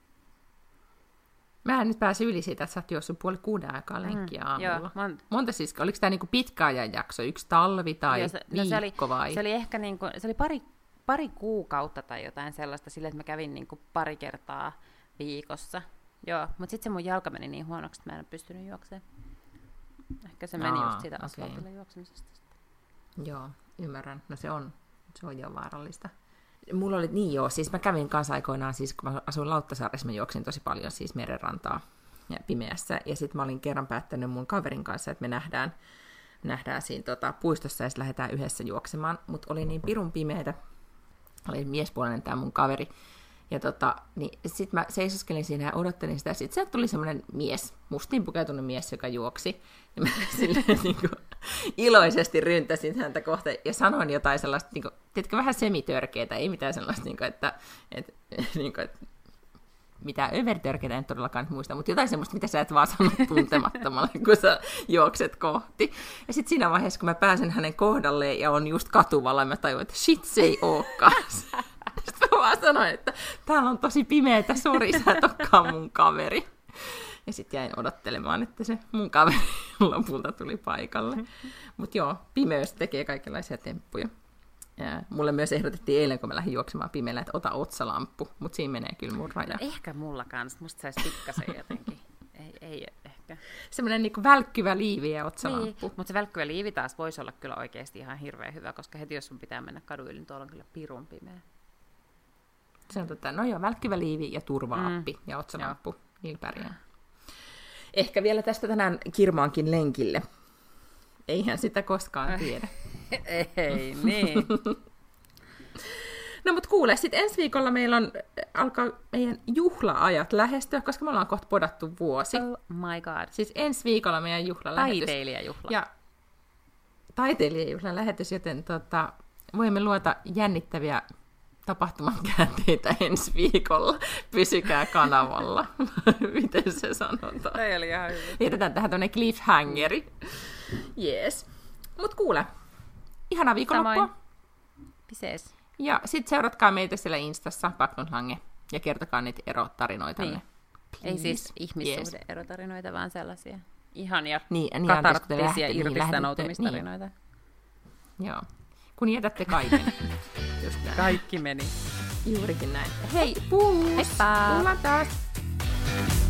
Mä en nyt pääse yli siitä, että sä oot juossut 5:30 aikaa lenkkiä aamulla. Monta siis, oliko tämä niinku pitkä ajan jakso, yksi talvi tai viikko vai? Se oli ehkä niinku, se oli pari kuukautta tai jotain sellaista, sillä että mä kävin niinku pari kertaa viikossa. Joo, mutta sitten se mun jalka meni niin huonoksi, että mä en pystynyt juoksemaan. Ehkä se meni just siitä asfaltilla juoksemisesta. Joo, ymmärrän. No se on jo vaarallista. Mulla oli, siis mä kävin kanssa aikoinaan, siis kun mä asuin Lauttasaaressa, mä juoksin tosi paljon siis merenrantaa ja pimeässä. Ja sitten mä olin kerran päättänyt mun kaverin kanssa, että me nähdään siinä puistossa ja sitten lähdetään yhdessä juoksemaan. Mutta oli niin pirun pimeätä, oli miespuolinen tää mun kaveri. Ja niin sitten mä seisoskelin siinä ja odottelin sitä. Sitten sieltä tuli semmoinen mies, mustiin pukeutunut mies, joka juoksi. Ja mä silleen niin iloisesti ryntäsin häntä kohta ja sanoin jotain sellaista, niin kuin, tiedätkö, vähän semitörkeitä, ei mitään sellaista, niin kuin, että mitään övertörkeitä en todellakaan muista, mutta jotain semmoista, mitä sä et vaan sano tuntemattomalle, kun sä juokset kohti. Ja sitten siinä vaiheessa, kun mä pääsen hänen kohdalleen ja on just katuvalla, mä tajuin, että shit, se ei olekaan. Sitten mä vaan sanoin, että täällä on tosi pimeätä, sori, sä et olekaan mun kaveri. Ja sitten jäin odottelemaan, että se mun kaveri lopulta tuli paikalle. Mutta joo, pimeys tekee kaikenlaisia temppuja. Ja mulle myös ehdotettiin eilen, kun mä lähdin juoksemaan pimeällä, että ota otsalamppu, mutta siinä menee kyllä mun raja. No ehkä mulla kanssa, musta saisi pikkasen jotenkin. Ei ehkä. Semmoinen niinku välkkyvä liivi ja otsalamppu. Niin, mutta se välkkyvä liivi taas voisi olla kyllä oikeasti ihan hirveän hyvä, koska heti jos sun pitää mennä kaduille, niin tuolla on kyllä pirun pimeä. Se on no joo, välkkyvä liivi ja turva-appi ja otsalamppu, niillä pärjää. Ehkä vielä tästä tänään kirmaankin lenkille. Eihän sitä koskaan tiedä. Ei niin. No mut kuule, sitten ensi viikolla meillä alkaa meidän juhla-ajat lähestyä, koska me ollaan kohta podattu vuosi. Oh my god. Siis ensi viikolla meidän juhlalähetys. Taiteilijajuhla. Ja taiteilijajuhlan lähetys, joten voimme luota jännittäviä tapahtuman käänteitä ensi viikolla. Pysykää kanavalla. Miten se sanotaan? Tämä oli ihan hyvä. Jätetään tähän tämmönen cliffhangeri. Jees. Mut kuule, ihanaa viikonloppua. Pisees. Ja sit seuratkaa meitä siellä Instassa, Backnotlange, ja kertokaa niitä erotarinoitanne. Niin. Ei siis ihmissuhde-erotarinoita, vaan sellaisia ihania katarttisia irtisanoutumistarinoita. Niin. Joo. Kun jätätte kaiken. Kaikki meni. Juurikin näin. Hei, puus! Heippa! Kuullaan taas!